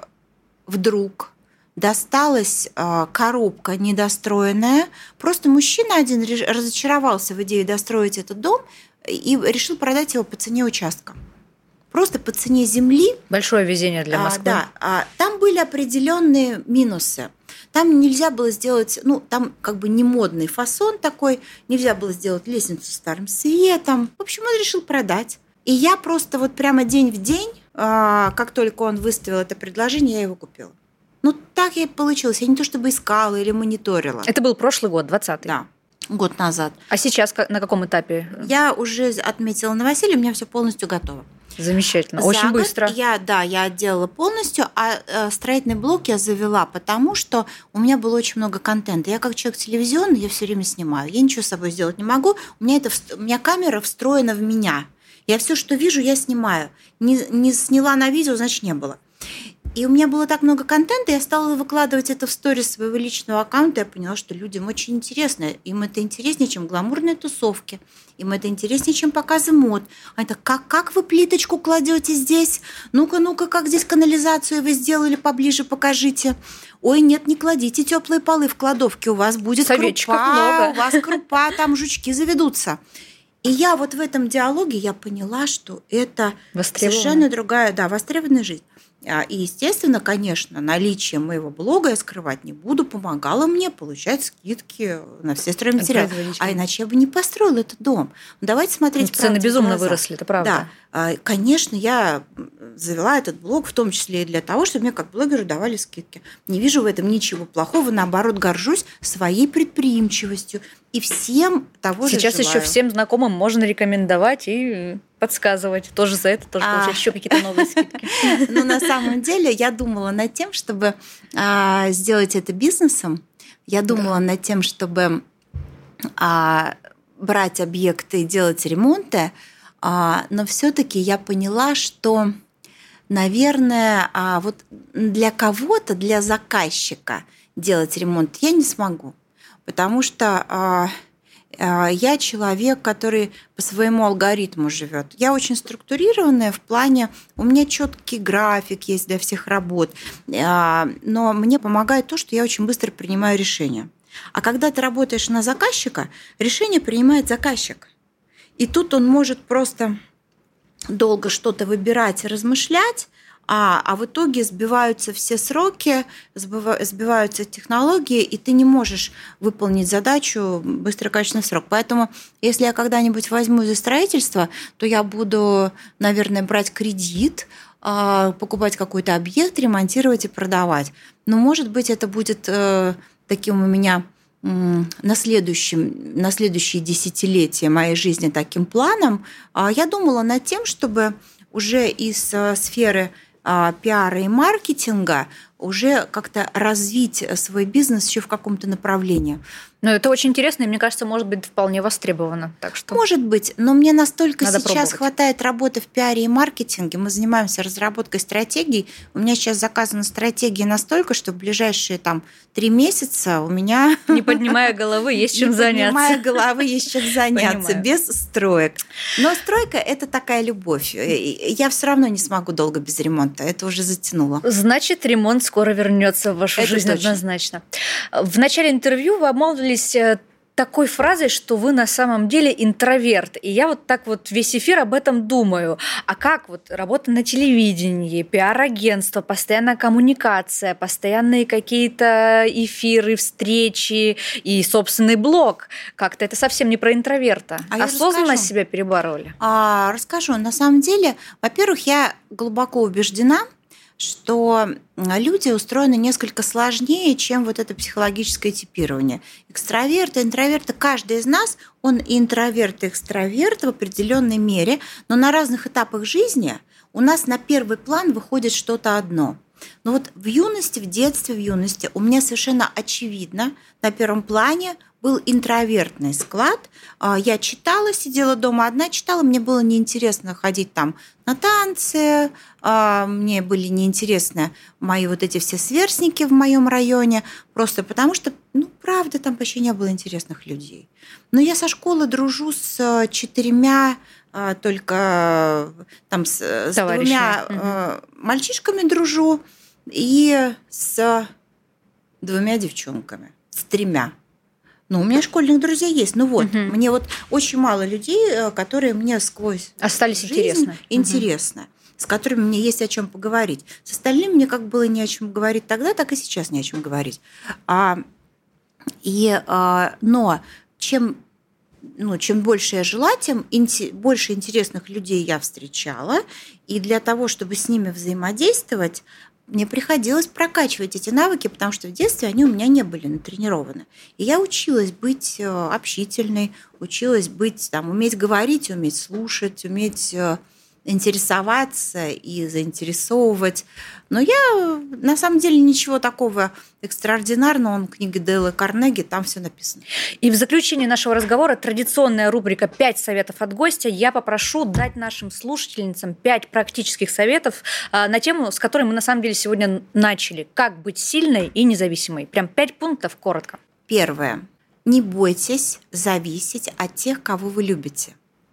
вдруг досталась э, коробка недостроенная. Просто мужчина один разочаровался в идее достроить этот дом и решил продать его по цене участка. Просто по цене земли. Большое везение для Москвы. А, да, а, там были определенные минусы. Там нельзя было сделать, ну, там как бы не модный фасон такой, нельзя было сделать лестницу с старым светом. В общем, он решил продать. И я просто вот прямо день в день, а, как только он выставил это предложение, я его купила. Ну, так и получилось. Я не то чтобы искала или мониторила. Это был прошлый год, двадцатый. Да. Год назад. А сейчас на каком этапе? Я уже отметила новоселье, у меня все полностью готово. Замечательно, очень За быстро. Год я, да, я отделала полностью, а строительный блок я завела, потому что у меня было очень много контента. Я как человек телевизионный, я все время снимаю. Я ничего с собой сделать не могу. У меня, это, у меня камера встроена в меня. Я все, что вижу, я снимаю. Не, не сняла на видео, значит, не было. И у меня было так много контента, я стала выкладывать это в сторис своего личного аккаунта, я поняла, что людям очень интересно. Им это интереснее, чем гламурные тусовки. Им это интереснее, чем показы мод. Они так, как, как вы плиточку кладете здесь? Ну-ка, ну-ка, как здесь канализацию вы сделали поближе, покажите. Ой, нет, не кладите теплые полы в кладовке, у вас будет советчиков крупа, много. У вас крупа, там жучки заведутся. И я вот в этом диалоге я поняла, что это совершенно другая, да, востребованная жизнь. И, естественно, конечно, наличие моего блога я скрывать не буду, помогало мне получать скидки на все стройматериалы. А иначе я бы не построила этот дом. Давайте смотреть. Ну, цены безумно выросли, это правда. Да, конечно, я завела этот блог в том числе и для того, чтобы мне как блогеру давали скидки. Не вижу в этом ничего плохого, наоборот, горжусь своей предприимчивостью и всем того же желаю. Сейчас еще всем знакомым можно рекомендовать и подсказывать. Тоже за это тоже получать еще какие-то новые скидки. Ну, на самом деле, я думала над тем, чтобы сделать это бизнесом. Я думала над тем, чтобы брать объекты и делать ремонты. Но все-таки я поняла, что, наверное, вот для кого-то, для заказчика делать ремонт я не смогу. Потому что я человек, который по своему алгоритму живет. Я очень структурированная в плане, у меня четкий график есть для всех работ, но мне помогает то, что я очень быстро принимаю решения. А когда ты работаешь на заказчика, решение принимает заказчик. И тут он может просто долго что-то выбирать и размышлять, А, а в итоге сбиваются все сроки, сбиваются технологии, и ты не можешь выполнить задачу быстро, качественно в срок. Поэтому, если я когда-нибудь возьму за строительство, то я буду, наверное, брать кредит, покупать какой-то объект, ремонтировать и продавать. Но, может быть, это будет таким у меня на, следующем, на следующие десятилетия моей жизни таким планом. Я думала над тем, чтобы уже из сферы пиара и маркетинга уже как-то развить свой бизнес еще в каком-то направлении. Ну, это очень интересно, и, мне кажется, может быть вполне востребовано. Так что может быть, но мне настолько надо сейчас пробовать. Хватает работы в пиаре и маркетинге. Мы занимаемся разработкой стратегий. У меня сейчас заказана стратегия настолько, что в ближайшие там три месяца у меня... Не поднимая головы, есть чем заняться. Не поднимая головы, есть чем заняться, без строек. Но стройка – это такая любовь. Я все равно не смогу долго без ремонта. Это уже затянуло. Значит, ремонт скоро вернется в вашу это жизнь точно. Однозначно. В начале интервью вы обмолвились такой фразой, что вы на самом деле интроверт. И я вот так вот весь эфир об этом думаю. А как вот работа на телевидении, пиар-агентство, постоянная коммуникация, постоянные какие-то эфиры, встречи и собственный блог? Как-то это совсем не про интроверта. А осознанно себя перебороли? А, расскажу. На самом деле, во-первых, я глубоко убеждена, что люди устроены несколько сложнее, чем вот это психологическое типирование. Экстраверты, интроверты, каждый из нас, он и интроверт, и экстраверт в определенной мере, но на разных этапах жизни у нас на первый план выходит что-то одно. Но вот в юности, в детстве, в юности у меня совершенно очевидно на первом плане был интровертный склад. Я читала, сидела дома одна, читала, мне было неинтересно ходить там на танцы, мне были неинтересны мои вот эти все сверстники в моем районе, просто потому что, ну, правда, там почти не было интересных людей. Но я со школы дружу с четырьмя только там с, с двумя угу. мальчишками дружу и с двумя девчонками, с тремя. Ну, у меня школьных друзей есть. Ну вот, угу. мне вот очень мало людей, которые мне сквозь остались жизнь интересны. интересны, угу. с которыми мне есть о чем поговорить. С остальными мне как было не о чем говорить тогда, так и сейчас не о чем говорить. А, и, а, но чем, ну, чем больше я жила, тем инте- больше интересных людей я встречала. И для того, чтобы с ними взаимодействовать, мне приходилось прокачивать эти навыки, потому что в детстве они у меня не были натренированы. И я училась быть общительной, училась быть, там, уметь говорить, уметь слушать, уметь интересоваться и заинтересовывать. Но я, на самом деле, ничего такого экстраординарного, он книга Дейла Карнеги, там все написано. И в заключение нашего разговора традиционная рубрика «пять советов от гостя». Я попрошу дать нашим слушательницам пять практических советов на тему, с которой мы, на самом деле, сегодня начали. Как быть сильной и независимой. Прям пять пунктов, коротко. Первое. Не бойтесь зависеть от тех, кого вы любите.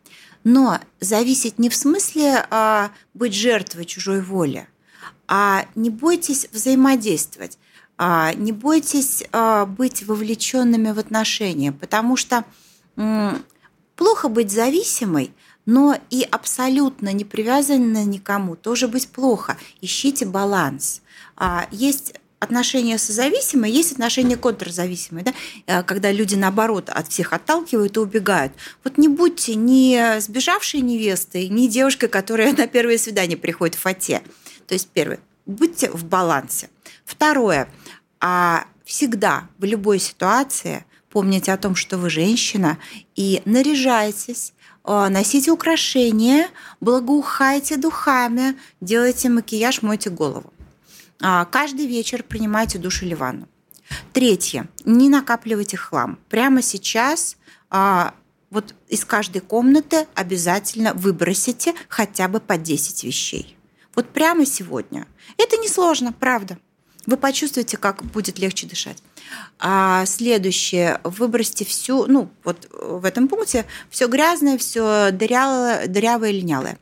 Но зависеть не в смысле а, быть жертвой чужой воли, а не бойтесь взаимодействовать, а, не бойтесь а, быть вовлеченными в отношения, потому что м, плохо быть зависимой, но и абсолютно не привязанной никому тоже быть плохо. Ищите баланс. А, есть отношения созависимые, есть отношения контрзависимые, да? Когда люди, наоборот, от всех отталкивают и убегают. Вот не будьте ни сбежавшей невестой, ни девушкой, которая на первое свидание приходит в фате. То есть, первое, будьте в балансе. Второе, всегда в любой ситуации помните о том, что вы женщина, и наряжайтесь, носите украшения, благоухайте духами, делайте макияж, мойте голову. Каждый вечер принимайте душ или ванну. Третье. Не накапливайте хлам. Прямо сейчас вот из каждой комнаты обязательно выбросите хотя бы по десять вещей. Вот прямо сегодня. Это несложно, правда. Вы почувствуете, как будет легче дышать. А следующее. Выбросьте всю, ну вот в этом пункте, все грязное, все дырявое, дырявое и линялое.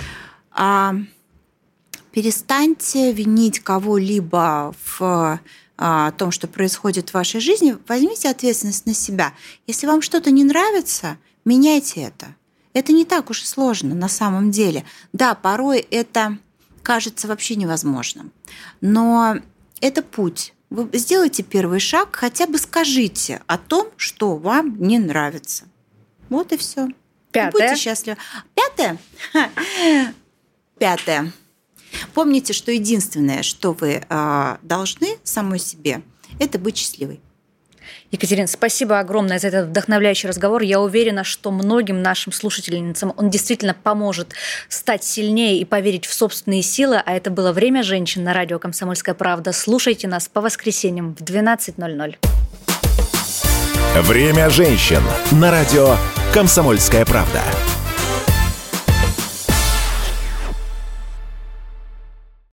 Перестаньте винить кого-либо в а, том, что происходит в вашей жизни. Возьмите ответственность на себя. Если вам что-то не нравится, меняйте это. Это не так уж и сложно на самом деле. Да, порой это кажется вообще невозможным. Но это путь. Вы сделайте первый шаг, хотя бы скажите о том, что вам не нравится. Вот и все. Пятое. Будьте счастливы. Пятое? Пятое. Помните, что единственное, что вы э, должны самой себе, это быть счастливой. Екатерина, спасибо огромное за этот вдохновляющий разговор. Я уверена, что многим нашим слушательницам он действительно поможет стать сильнее и поверить в собственные силы. А это было «Время женщин» на радио «Комсомольская правда». Слушайте нас по воскресеньям в двенадцать ноль ноль. «Время женщин» на радио «Комсомольская правда».